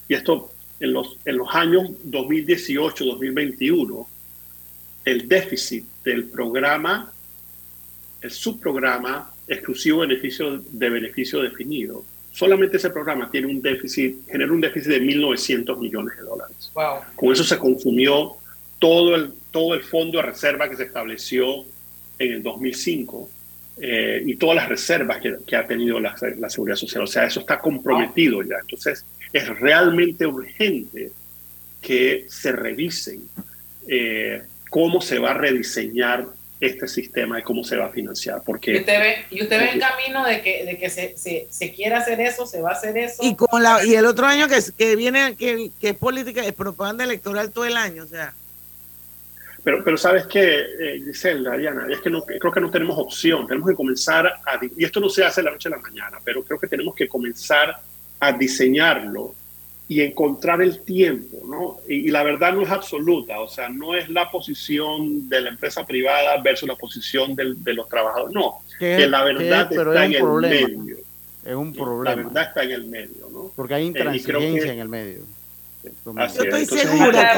años 2018, 2021, el déficit del programa, el subprograma exclusivo de beneficio definido, solamente ese programa genera un déficit de 1.900 millones de dólares. Wow. Con eso se consumió todo el fondo de reserva que se estableció en el 2005 y todas las reservas que ha tenido la Seguridad Social. O sea, eso está comprometido ya. Entonces, es realmente urgente que se revisen cómo se va a rediseñar este sistema y cómo se va a financiar. Porque, ¿Y usted ve el camino de que se quiera hacer eso, se va a hacer eso? Y el otro año que viene, que es política, es propaganda electoral todo el año, o sea. Pero ¿sabes qué, Griselda, Diana? Es que creo que no tenemos opción. Tenemos que comenzar y esto no se hace de la noche a la mañana, pero creo que tenemos que comenzar a diseñarlo y encontrar el tiempo, ¿no? Y la verdad no es absoluta, o sea, no es la posición de la empresa privada versus la posición de los trabajadores, no, que la verdad está en el medio. Es un problema. La verdad está en el medio, ¿no? Porque hay intransigencia en el medio. Yo estoy segura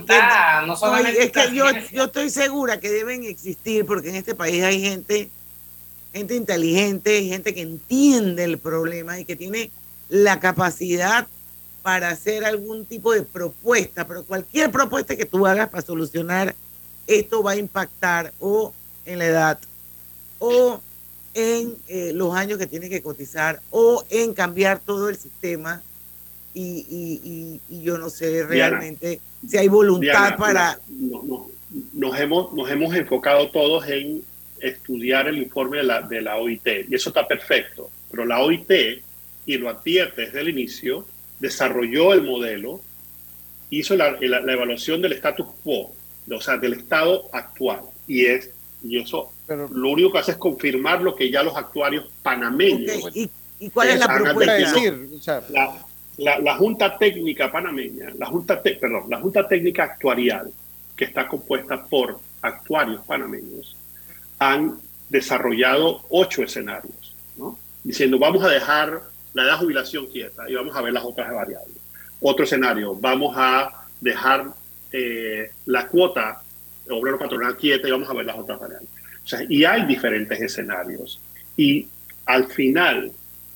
yo estoy segura que deben existir, porque en este país hay gente inteligente, gente que entiende el problema y que tiene la capacidad para hacer algún tipo de propuesta, pero cualquier propuesta que tú hagas para solucionar esto va a impactar o en la edad, o en los años que tiene que cotizar, o en cambiar todo el sistema. Y yo no sé realmente, Diana, si hay voluntad, Diana, para... Nos hemos enfocado todos en estudiar el informe de la OIT, y eso está perfecto, pero la OIT, y lo advierte desde el inicio, desarrolló el modelo, hizo la evaluación del status quo, o sea, del estado actual, y eso lo único que hace es confirmar lo que ya los actuarios panameños... Okay. ¿Y cuál es la propuesta? La Junta Técnica panameña, la Junta Técnica Actuarial, que está compuesta por actuarios panameños, han desarrollado 8 escenarios, ¿no? Diciendo, vamos a dejar la edad de jubilación quieta y vamos a ver las otras variables. Otro escenario, vamos a dejar la cuota obrero patronal quieta y vamos a ver las otras variables. O sea, y hay diferentes escenarios. Y al final,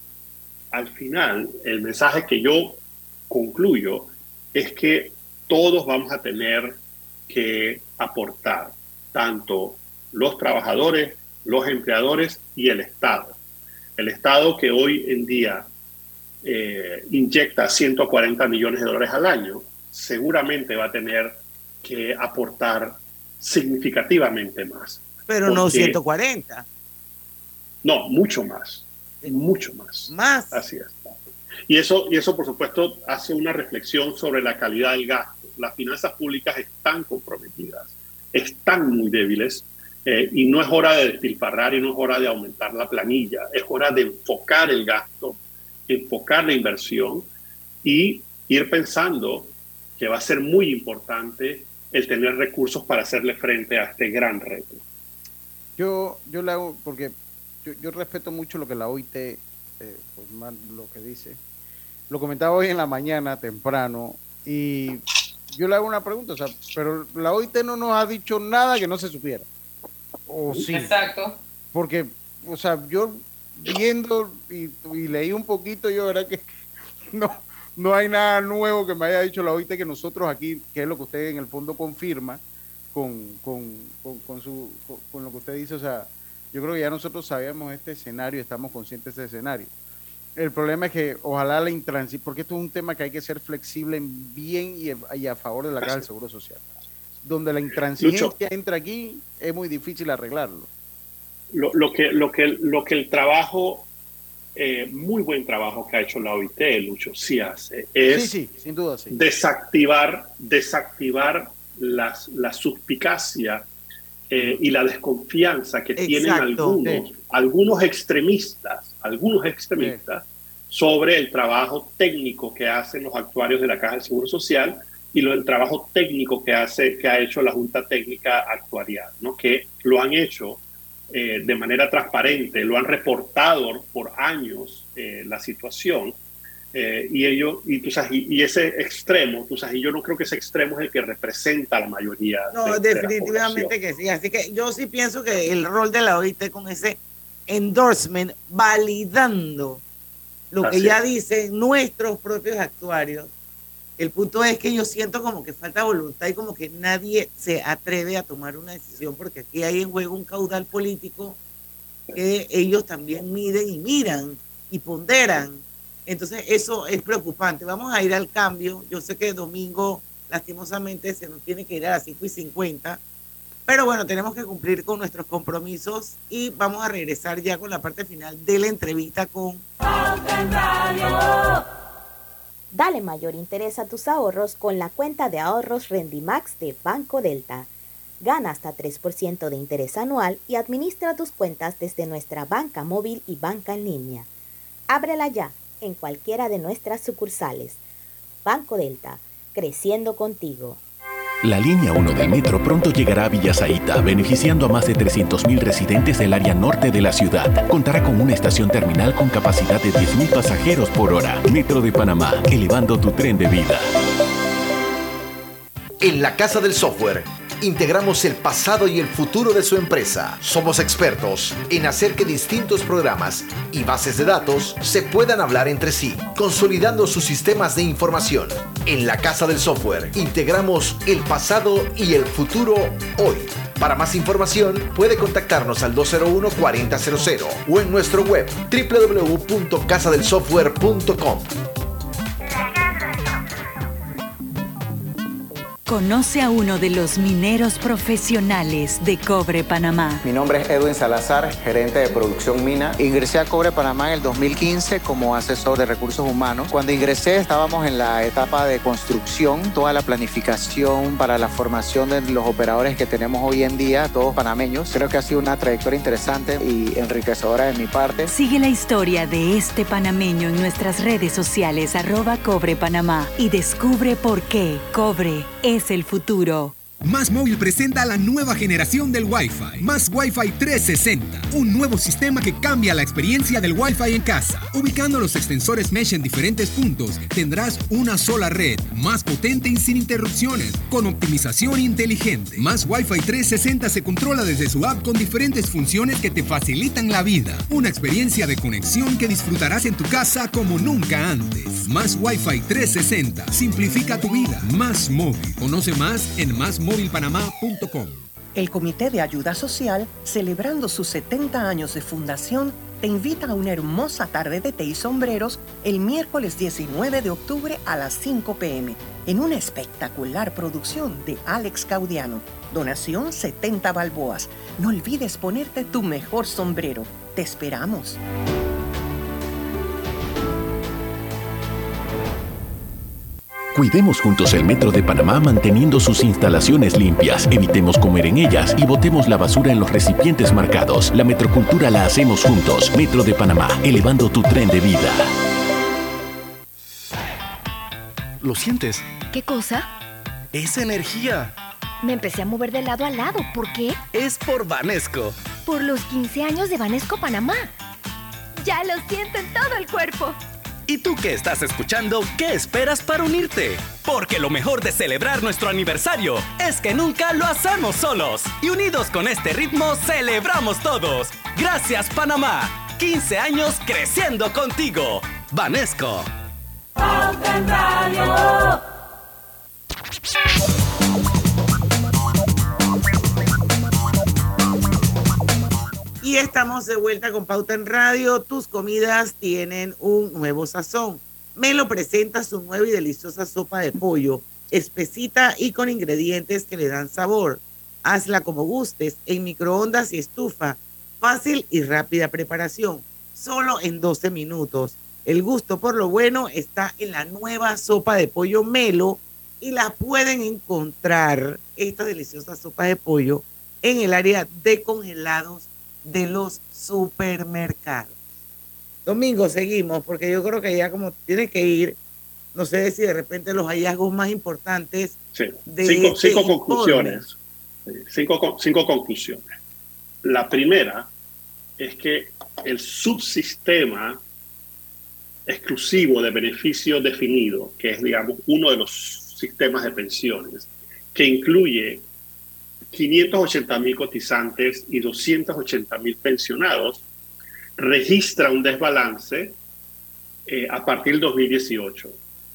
el mensaje que yo concluyo es que todos vamos a tener que aportar, tanto los trabajadores, los empleadores y el Estado. El Estado, que hoy en día inyecta 140 millones de dólares al año, seguramente va a tener que aportar significativamente más. Pero no 140. No, mucho más. Mucho más. Más. Así es. Y eso, por supuesto, hace una reflexión sobre la calidad del gasto, las finanzas públicas están comprometidas, están muy débiles, y no es hora de despilfarrar y no es hora de aumentar la planilla, es hora de enfocar el gasto, enfocar la inversión y ir pensando que va a ser muy importante el tener recursos para hacerle frente a este gran reto. Yo le hago, porque yo respeto mucho lo que la OIT, pues más lo que dice. Lo comentaba hoy en la mañana temprano y yo le hago una pregunta, o sea, pero la OIT no nos ha dicho nada que no se supiera. ¿O sí? Exacto. Porque, o sea, yo viendo y leí un poquito, yo verá que no hay nada nuevo que me haya dicho la OIT que nosotros aquí, que es lo que usted en el fondo confirma con lo que usted dice. O sea, yo creo que ya nosotros sabíamos este escenario, estamos conscientes de ese escenario. El problema es que ojalá la intransigencia, porque esto es un tema que hay que ser flexible en bien y a favor de la Caja del Seguro Social. Donde la intransigencia entra aquí, es muy difícil arreglarlo. Lo que el trabajo, muy buen trabajo que ha hecho la OIT, Lucho, sí hace, es sí, sin duda, sí. desactivar la suspicacia y la desconfianza que tienen algunos extremistas sobre el trabajo técnico que hacen los actuarios de la Caja del Seguro Social y el trabajo técnico que ha hecho la Junta Técnica Actuarial, ¿no? Que lo han hecho de manera transparente, lo han reportado por años la situación, y ese extremo, y yo no creo que ese extremo es el que representa a la mayoría. No, definitivamente que sí. Así que yo sí pienso que el rol de la OIT con ese endorsement, validando lo que ya dicen nuestros propios actuarios, el punto es que yo siento como que falta voluntad y como que nadie se atreve a tomar una decisión, porque aquí hay en juego un caudal político que ellos también miden y miran y ponderan. Entonces eso es preocupante. Vamos a ir al cambio. Yo sé que domingo lastimosamente se nos tiene que ir a las 5:50, pero bueno, tenemos que cumplir con nuestros compromisos y vamos a regresar ya con la parte final de la entrevista con Dale mayor interés a tus ahorros con la cuenta de ahorros Rendimax de Banco Delta. Gana hasta 3% de interés anual y administra tus cuentas desde nuestra banca móvil y banca en línea. Ábrela ya en cualquiera de nuestras sucursales. Banco Delta, creciendo contigo. La línea 1 del metro pronto llegará a Villa Zaita, beneficiando a más de 300,000 residentes del área norte de la ciudad. Contará con una estación terminal con capacidad de 10,000 pasajeros por hora. Metro de Panamá, elevando tu tren de vida. En la Casa del Software, integramos el pasado y el futuro de su empresa. Somos expertos en hacer que distintos programas y bases de datos se puedan hablar entre sí, consolidando sus sistemas de información. En la Casa del Software, integramos el pasado y el futuro hoy. Para más información, puede contactarnos al 201-4000 o en nuestro web www.casadelsoftware.com. Conoce a uno de los mineros profesionales de Cobre Panamá. Mi nombre es Edwin Salazar, gerente de producción mina. Ingresé a Cobre Panamá en el 2015 como asesor de recursos humanos. Cuando ingresé estábamos en la etapa de construcción, toda la planificación para la formación de los operadores que tenemos hoy en día, todos panameños. Creo que ha sido una trayectoria interesante y enriquecedora de mi parte. Sigue la historia de este panameño en nuestras redes sociales @Cobre Panamá y descubre por qué Cobre es el futuro. Más Móvil presenta la nueva generación del Wi-Fi. Más Wi-Fi 360. Un nuevo sistema que cambia la experiencia del Wi-Fi en casa. Ubicando los extensores Mesh en diferentes puntos, tendrás una sola red, más potente y sin interrupciones, con optimización inteligente. Más Wi-Fi 360 se controla desde su app con diferentes funciones que te facilitan la vida. Una experiencia de conexión que disfrutarás en tu casa como nunca antes. Más Wi-Fi 360. Simplifica tu vida. Más Móvil. Conoce más en másmóvilpanamá.com. El Comité de Ayuda Social, celebrando sus 70 años de fundación, te invita a una hermosa tarde de té y sombreros el miércoles 19 de octubre a las 5 p.m. en una espectacular producción de Alex Caudiano. Donación 70 balboas. No olvides ponerte tu mejor sombrero. Te esperamos. Cuidemos juntos el Metro de Panamá manteniendo sus instalaciones limpias, evitemos comer en ellas y botemos la basura en los recipientes marcados. La metrocultura la hacemos juntos. Metro de Panamá, elevando tu tren de vida. ¿Lo sientes? ¿Qué cosa? Es energía. Me empecé a mover de lado a lado. ¿Por qué? Es por Banesco. Por los 15 años de Banesco Panamá. Ya lo siento en todo el cuerpo. ¿Y tú que estás escuchando, qué esperas para unirte? Porque lo mejor de celebrar nuestro aniversario es que nunca lo hacemos solos. Y unidos con este ritmo, celebramos todos. Gracias, Panamá. 15 años creciendo contigo. Banesco. Pauta en Radio. Y estamos de vuelta con Pauta en Radio. Tus comidas tienen un nuevo sazón. Melo presenta su nueva y deliciosa sopa de pollo, espesita y con ingredientes que le dan sabor. Hazla como gustes, en microondas y estufa. Fácil y rápida preparación, solo en 12 minutos. El gusto por lo bueno está en la nueva sopa de pollo Melo y la pueden encontrar, esta deliciosa sopa de pollo, en el área de congelados de los supermercados. Domingo, seguimos, porque yo creo que ya como tiene que ir, no sé si de repente los hallazgos más importantes. Sí. De cinco conclusiones. Cinco conclusiones. La primera es que el subsistema exclusivo de beneficio definido, que es, digamos, uno de los sistemas de pensiones, que incluye 580.000 cotizantes y 280.000 pensionados, registra un desbalance a partir del 2018.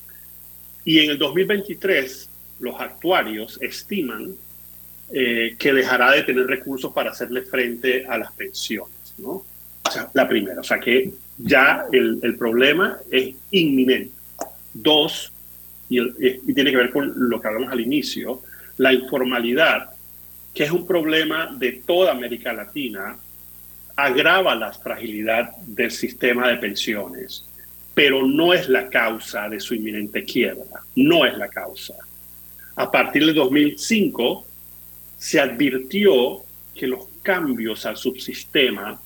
Y en el 2023, los actuarios estiman que dejará de tener recursos para hacerle frente a las pensiones, ¿no? O sea, la primera, o sea que ya el problema es inminente. Dos, y tiene que ver con lo que hablamos al inicio, la informalidad, que es un problema de toda América Latina, agrava la fragilidad del sistema de pensiones, pero no es la causa de su inminente quiebra, no es la causa. A partir de 2005 se advirtió que los cambios al subsistema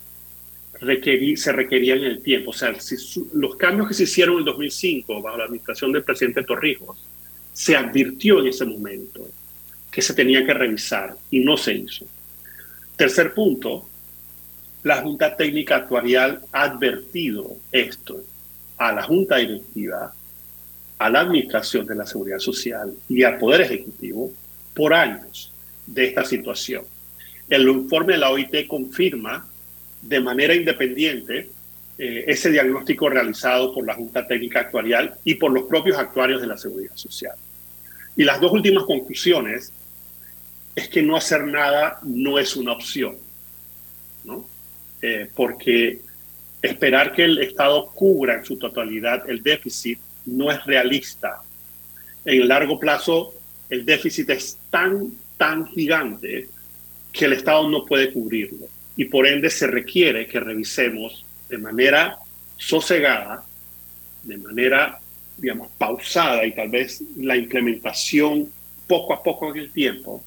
se requerían en el tiempo. O sea, los cambios que se hicieron en el 2005 bajo la administración del presidente Torrijos, se advirtió en ese momento que se tenía que revisar y no se hizo. Tercer punto, la Junta Técnica Actuarial ha advertido esto a la Junta Directiva, a la Administración de la Seguridad Social y al Poder Ejecutivo por años de esta situación. El informe de la OIT confirma de manera independiente ese diagnóstico realizado por la Junta Técnica Actuarial y por los propios actuarios de la Seguridad Social. Y las dos últimas conclusiones es que no hacer nada no es una opción, ¿no? Porque esperar que el Estado cubra en su totalidad el déficit no es realista. En el largo plazo, el déficit es tan gigante que el Estado no puede cubrirlo. Y por ende se requiere que revisemos de manera sosegada, de manera, digamos, pausada y tal vez la implementación poco a poco en el tiempo,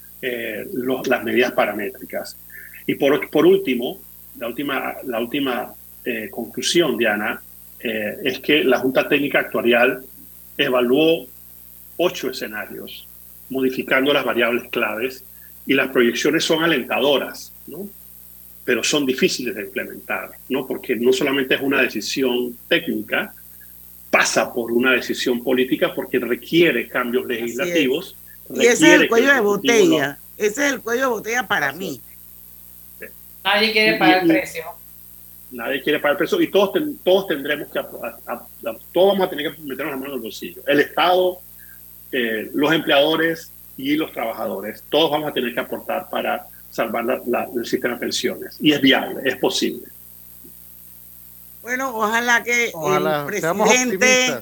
las medidas paramétricas. Y por último, la última conclusión, Diana, es que la Junta Técnica Actuarial evaluó 8 escenarios, modificando las variables claves, y las proyecciones son alentadoras, ¿no? Pero son difíciles de implementar, ¿no? Porque no solamente es una decisión técnica, pasa por una decisión política porque requiere cambios legislativos. Y ese es el cuello de botella. Ese es el cuello de botella para mí. Nadie quiere pagar el precio. Nadie quiere pagar el precio y todos tendremos que, todos vamos a tener que meternos la mano en el bolsillo. El Estado, los empleadores y los trabajadores, todos vamos a tener que aportar para salvar el sistema de pensiones. Y es viable, es posible. Bueno, ojalá que el presidente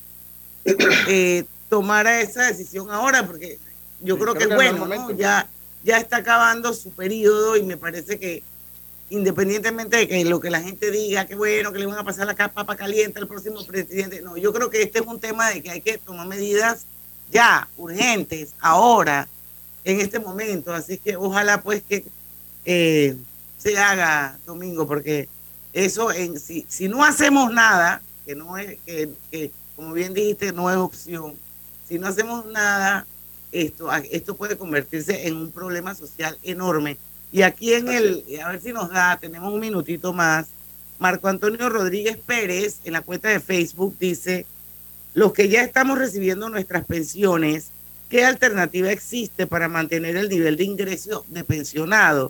tomara esa decisión ahora, porque yo creo que es bueno, ¿no? Ya está acabando su periodo y me parece que independientemente de que lo que la gente diga, que bueno, que le van a pasar la papa caliente al próximo presidente. No, yo creo que este es un tema de que hay que tomar medidas ya urgentes, ahora, en este momento. Así que ojalá pues que se haga, Domingo, porque eso, si no hacemos nada, que no es, que como bien dijiste, no es opción, si no hacemos nada, esto puede convertirse en un problema social enorme. Y aquí a ver si nos da, tenemos un minutito más, Marco Antonio Rodríguez Pérez, en la cuenta de Facebook, dice: los que ya estamos recibiendo nuestras pensiones, ¿qué alternativa existe para mantener el nivel de ingreso de pensionado?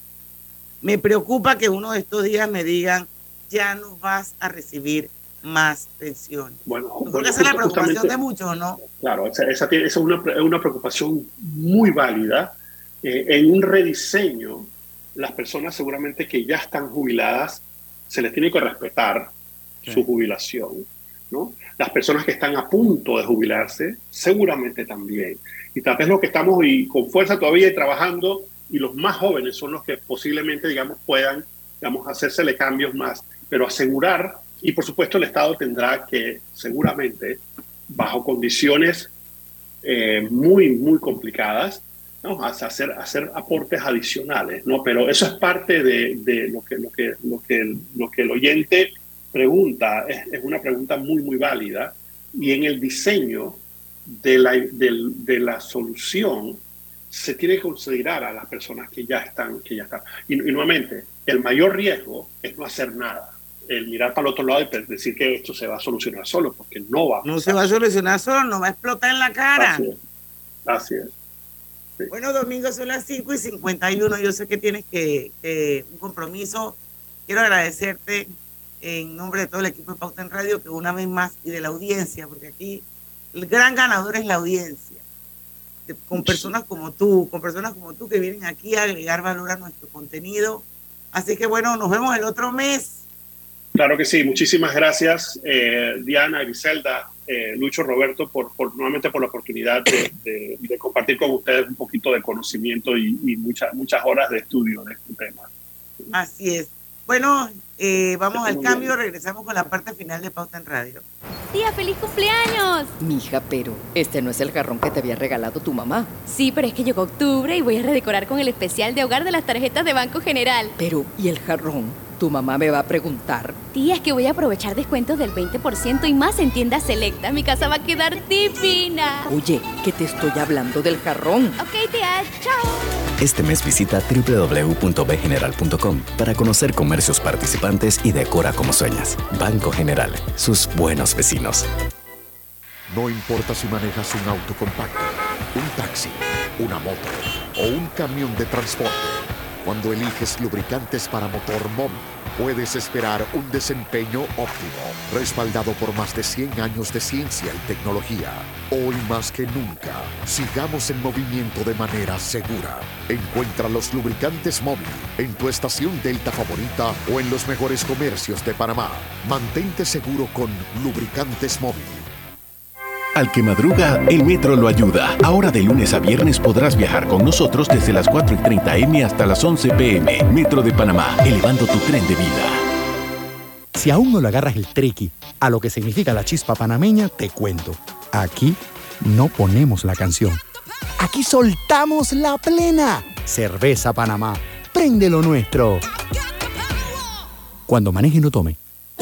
Me preocupa que uno de estos días me digan, ya no vas a recibir más pensiones. Bueno, esa es la preocupación de muchos, ¿no? Claro, esa es una preocupación muy válida. En un rediseño, las personas seguramente que ya están jubiladas, se les tiene que respetar su jubilación, ¿no? Las personas que están a punto de jubilarse, seguramente también. Y tal vez los que estamos con fuerza todavía trabajando, y los más jóvenes son los que posiblemente, digamos, puedan, digamos, hacérsele cambios más. Pero asegurar, y por supuesto el Estado tendrá que, seguramente, bajo condiciones muy, muy complicadas, ¿no? hacer aportes adicionales, ¿no? Pero eso es parte de lo que el oyente pregunta. Es una pregunta muy, muy válida, y en el diseño de la solución se tiene que considerar a las personas que ya están. Y nuevamente, el mayor riesgo es no hacer nada, el mirar para el otro lado y decir que esto se va a solucionar solo, porque no va a pasar. No se va a solucionar solo, no va a explotar en la cara. Así es. Sí. Bueno, Domingo, son las 5:51. Yo sé que tienes un compromiso. Quiero agradecerte en nombre de todo el equipo de Pauta en Radio, que una vez más, y de la audiencia, porque aquí el gran ganador es la audiencia, con personas como tú que vienen aquí a agregar valor a nuestro contenido. Así que bueno, nos vemos el otro mes. Claro que sí, muchísimas gracias, Diana, Griselda, Lucho, Roberto, nuevamente por la oportunidad de compartir con ustedes un poquito de conocimiento y muchas horas de estudio de este tema. Así es. Bueno, vamos al cambio, regresamos con la parte final de Pauta en Radio. ¡Tía, feliz cumpleaños! Mija, pero este no es el jarrón que te había regalado tu mamá. Sí, pero es que llegó octubre y voy a redecorar con el especial de hogar de las tarjetas de Banco General. Pero, ¿y el jarrón? Tu mamá me va a preguntar. Tía, es que voy a aprovechar descuentos del 20% y más en tiendas selectas. Mi casa va a quedar divina. Oye, que te estoy hablando del jarrón. Ok, tía, chao. Este mes visita www.bgeneral.com para conocer comercios participantes y decora como sueñas. Banco General, sus buenos vecinos. No importa si manejas un auto compacto, un taxi, una moto o un camión de transporte. Cuando eliges lubricantes para motor móvil, puedes esperar un desempeño óptimo, respaldado por más de 100 años de ciencia y tecnología. Hoy más que nunca, sigamos en movimiento de manera segura. Encuentra los lubricantes móvil en tu estación Delta favorita o en los mejores comercios de Panamá. Mantente seguro con lubricantes móvil. Al que madruga, el metro lo ayuda. Ahora de lunes a viernes podrás viajar con nosotros desde las 4:30 m hasta las 11 p.m. Metro de Panamá, elevando tu tren de vida. Si aún no le agarras el triqui a lo que significa la chispa panameña, te cuento. Aquí no ponemos la canción. Aquí soltamos la plena. Cerveza Panamá. Prende lo nuestro. Cuando maneje no tome.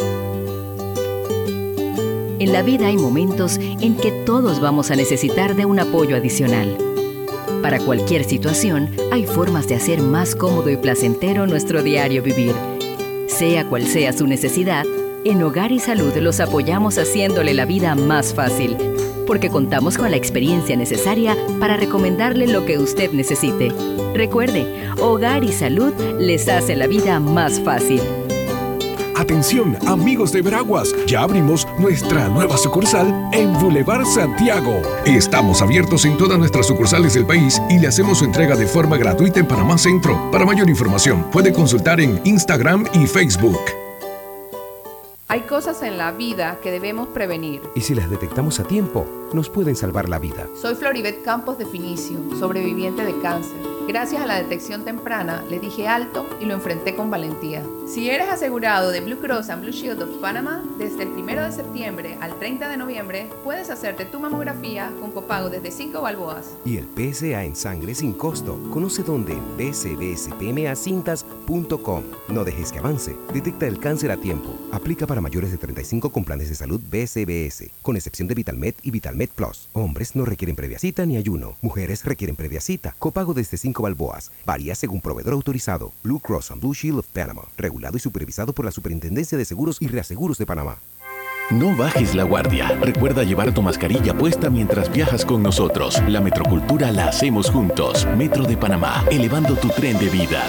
En la vida hay momentos en que todos vamos a necesitar de un apoyo adicional. Para cualquier situación, hay formas de hacer más cómodo y placentero nuestro diario vivir. Sea cual sea su necesidad, en Hogar y Salud los apoyamos haciéndole la vida más fácil, porque contamos con la experiencia necesaria para recomendarle lo que usted necesite. Recuerde, Hogar y Salud les hace la vida más fácil. Atención, amigos de Veraguas, ya abrimos nuestra nueva sucursal en Boulevard Santiago. Estamos abiertos en todas nuestras sucursales del país y le hacemos su entrega de forma gratuita en Panamá Centro. Para mayor información, puede consultar en Instagram y Facebook. Hay cosas en la vida que debemos prevenir. Y si las detectamos a tiempo, nos pueden salvar la vida. Soy Floribet Campos de Finicio, sobreviviente de cáncer. Gracias a la detección temprana, le dije alto y lo enfrenté con valentía. Si eres asegurado de Blue Cross and Blue Shield of Panama, desde el 1 de septiembre al 30 de noviembre, puedes hacerte tu mamografía con copago desde 5 balboas. Y el PSA en sangre sin costo. Conoce dónde en bcbspmacintas.com. No dejes que avance. Detecta el cáncer a tiempo. Aplica para mayores de 35 con planes de salud BCBS, con excepción de VitalMed y VitalMed Plus. Hombres no requieren previa cita ni ayuno. Mujeres requieren previa cita. Copago desde 5 balboas. Varía según proveedor autorizado. Blue Cross and Blue Shield of Panama. Regulado y supervisado por la Superintendencia de Seguros y Reaseguros de Panamá. No bajes la guardia. Recuerda llevar tu mascarilla puesta mientras viajas con nosotros. La metrocultura la hacemos juntos. Metro de Panamá, elevando tu tren de vida.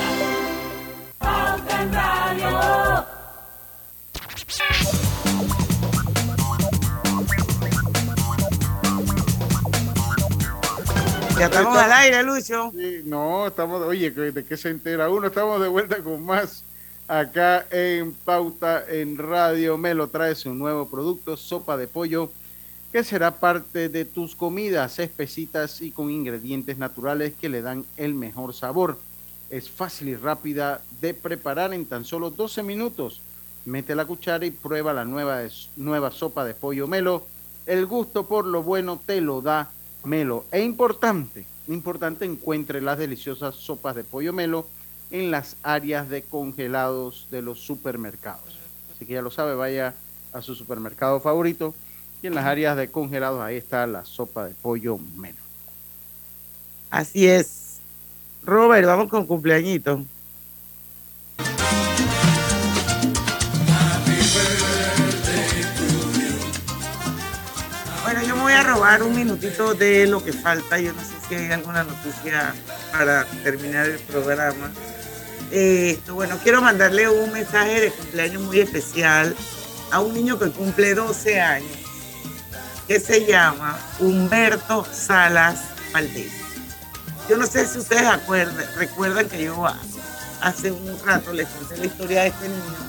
Ya estamos al aire, Lucho. Sí, no, estamos, oye, ¿de qué se entera uno? Estamos de vuelta con más acá en Pauta en Radio. Melo trae su nuevo producto, sopa de pollo, que será parte de tus comidas, espesitas y con ingredientes naturales que le dan el mejor sabor. Es fácil y rápida de preparar en tan solo 12 minutos. Mete la cuchara y prueba la nueva sopa de pollo Melo. El gusto por lo bueno te lo da Melo. Es importante encuentre las deliciosas sopas de pollo Melo en las áreas de congelados de los supermercados. Así que ya lo sabe, vaya a su supermercado favorito y en las áreas de congelados ahí está la sopa de pollo Melo. Así es. Robert, vamos con cumpleañito. Bueno, yo me voy a robar un minutito de lo que falta. Yo no sé si hay alguna noticia para terminar el programa. Bueno, quiero mandarle un mensaje de cumpleaños muy especial a un niño que cumple 12 años, que se llama Humberto Salas Valdés. Yo no sé si ustedes recuerdan que yo hace un rato les conté la historia de este niño.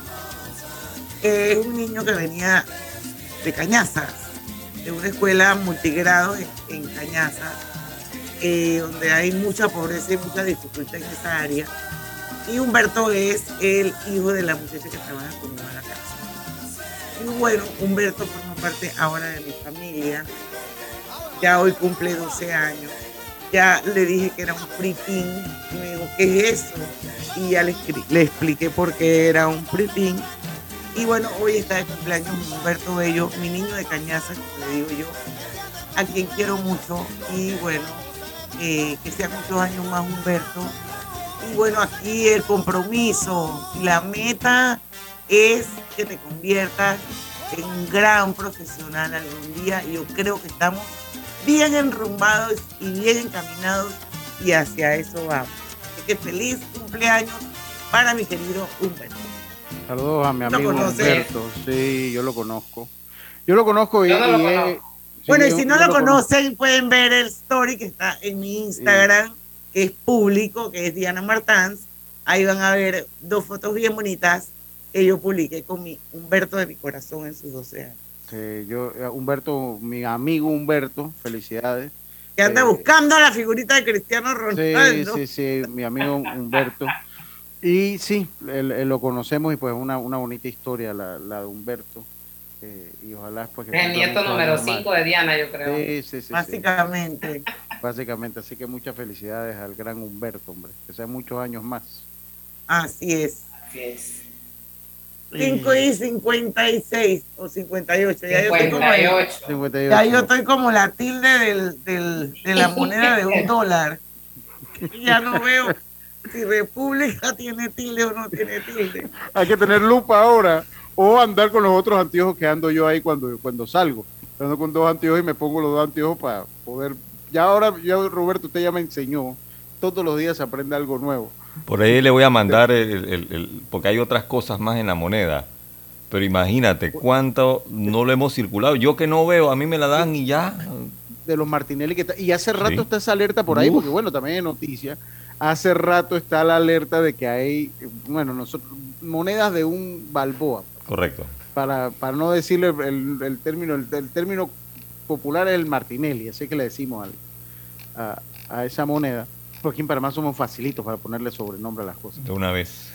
Es un niño que venía de Cañazas, de una escuela multigrado en Cañazas, donde hay mucha pobreza y mucha dificultad en esa área. Y Humberto es el hijo de la muchacha que trabaja conmigo en la casa. Y bueno, Humberto forma parte ahora de mi familia. Ya hoy cumple 12 años. Ya le dije que era un pripín. Y me dijo, ¿qué es eso? Y ya le expliqué por qué era un pripín. Y bueno, hoy está de cumpleaños Humberto Bello, mi niño de Cañazas, como le digo yo, a quien quiero mucho. Y bueno, que sea muchos años más Humberto. Y bueno, aquí el compromiso y la meta es que te conviertas en un gran profesional algún día. Y yo creo que estamos bien enrumbados y bien encaminados y hacia eso vamos. Así que feliz cumpleaños para mi querido Humberto. Saludos a mi amigo Humberto. Sí, yo lo conozco. Yo lo conozco y... Bueno, y si no lo conocen, pueden ver el story que está en mi Instagram, que es público, que es Diana Martans. Ahí van a ver 2 fotos bien bonitas que yo publiqué con mi Humberto de mi corazón en sus 12 años. Humberto, mi amigo Humberto, felicidades. Que anda buscando la figurita de Cristiano Ronaldo. Sí, mi amigo Humberto. Y sí, lo conocemos y pues una bonita historia la de Humberto. Y ojalá pues que el nieto número 5 de Diana, yo creo. Sí. Básicamente. Básicamente, así que muchas felicidades al gran Humberto, hombre. Que sean muchos años más. Así es. 5:56 o 58. Ya 58. Ya yo estoy como la tilde de la moneda de $1. Ya no veo si República tiene tilde o no tiene tilde. Hay que tener lupa ahora o andar con los otros anteojos que ando yo ahí cuando salgo. Ando con 2 anteojos y me pongo los 2 anteojos para poder... Ya ahora, Roberto, usted ya me enseñó. Todos los días se aprende algo nuevo. Por ahí le voy a mandar porque hay otras cosas más en la moneda. Pero imagínate cuánto no lo hemos circulado. Yo que no veo, a mí me la dan y ya. De los Martinelli y hace rato está esa alerta por ahí, porque bueno, también hay noticia. Hace rato está la alerta de que hay, bueno, monedas de $1 balboa. Correcto. para no decirle el término popular es el Martinelli, así que le decimos a esa moneda, porque en Panamá somos facilitos para ponerle sobrenombre a las cosas. De una vez.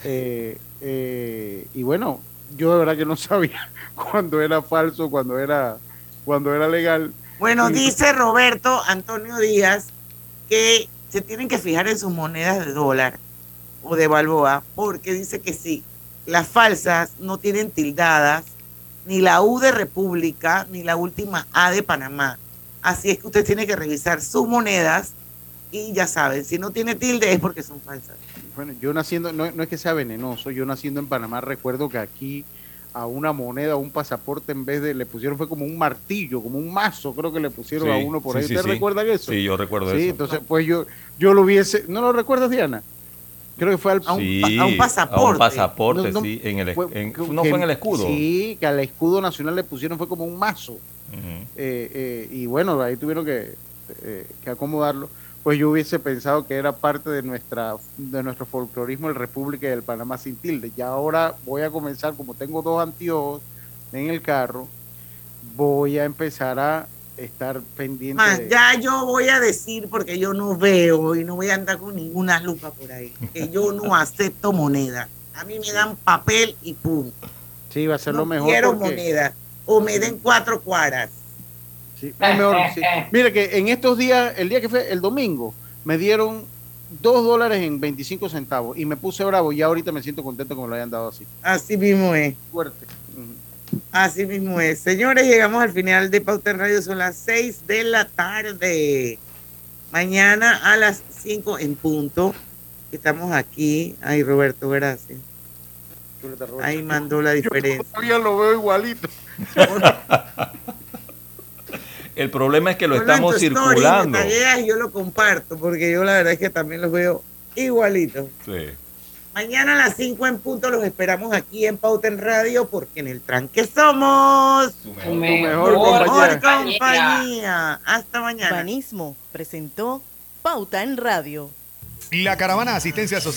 Y bueno, yo de verdad que no sabía cuándo era falso, cuándo era legal. Bueno, dice Roberto Antonio Díaz que se tienen que fijar en sus monedas de dólar o de Balboa, porque dice que sí, las falsas no tienen tildadas ni la U de República ni la última A de Panamá. Así es que usted tiene que revisar sus monedas y ya saben, si no tiene tilde es porque son falsas. Bueno, yo naciendo, no es que sea venenoso, yo naciendo en Panamá recuerdo que aquí a una moneda, un pasaporte, en vez de, le pusieron fue como un martillo, como un mazo, creo que le pusieron a uno por ahí. ¿Ustedes recuerdan eso? Sí, yo recuerdo eso. Sí, entonces pues yo lo hubiese, ¿no lo recuerdas, Diana? Creo que fue a un pasaporte. A un pasaporte, sí, no fue en el escudo. Sí, que al escudo nacional le pusieron fue como un mazo. Y bueno, ahí tuvieron que acomodarlo. Pues yo hubiese pensado que era parte de nuestro folclorismo, el República y el Panamá sin tilde. Y ahora voy a comenzar, como tengo 2 anteojos en el carro, voy a empezar a estar pendiente. Ya yo voy a decir, porque yo no veo y no voy a andar con ninguna lupa por ahí, que yo no acepto moneda. A mí me dan papel y pum. Sí, va a ser no lo mejor. Quiero moneda. O me den 4 cuaras. Sí, es mejor, sí. Mira que en estos días, el día que fue el domingo, me dieron $2 en 25 centavos y me puse bravo y ahorita me siento contento que me lo hayan dado así. Así mismo es. Fuerte. Así mismo es. Señores, llegamos al final de Pauta en Radio, son las 6 de la tarde. Mañana a las 5 en punto. Estamos aquí. Ay, Roberto, gracias. Ahí mandó la diferencia. Yo todavía lo veo igualito. El problema es que lo estamos circulando. Y yo lo comparto, porque yo la verdad es que también los veo igualitos. Sí. Mañana a las 5 en punto los esperamos aquí en Pauta en Radio, porque en el tranque somos tu mejor compañía. Hasta mañana. Banismo presentó Pauta en Radio. La Caravana Asistencia Social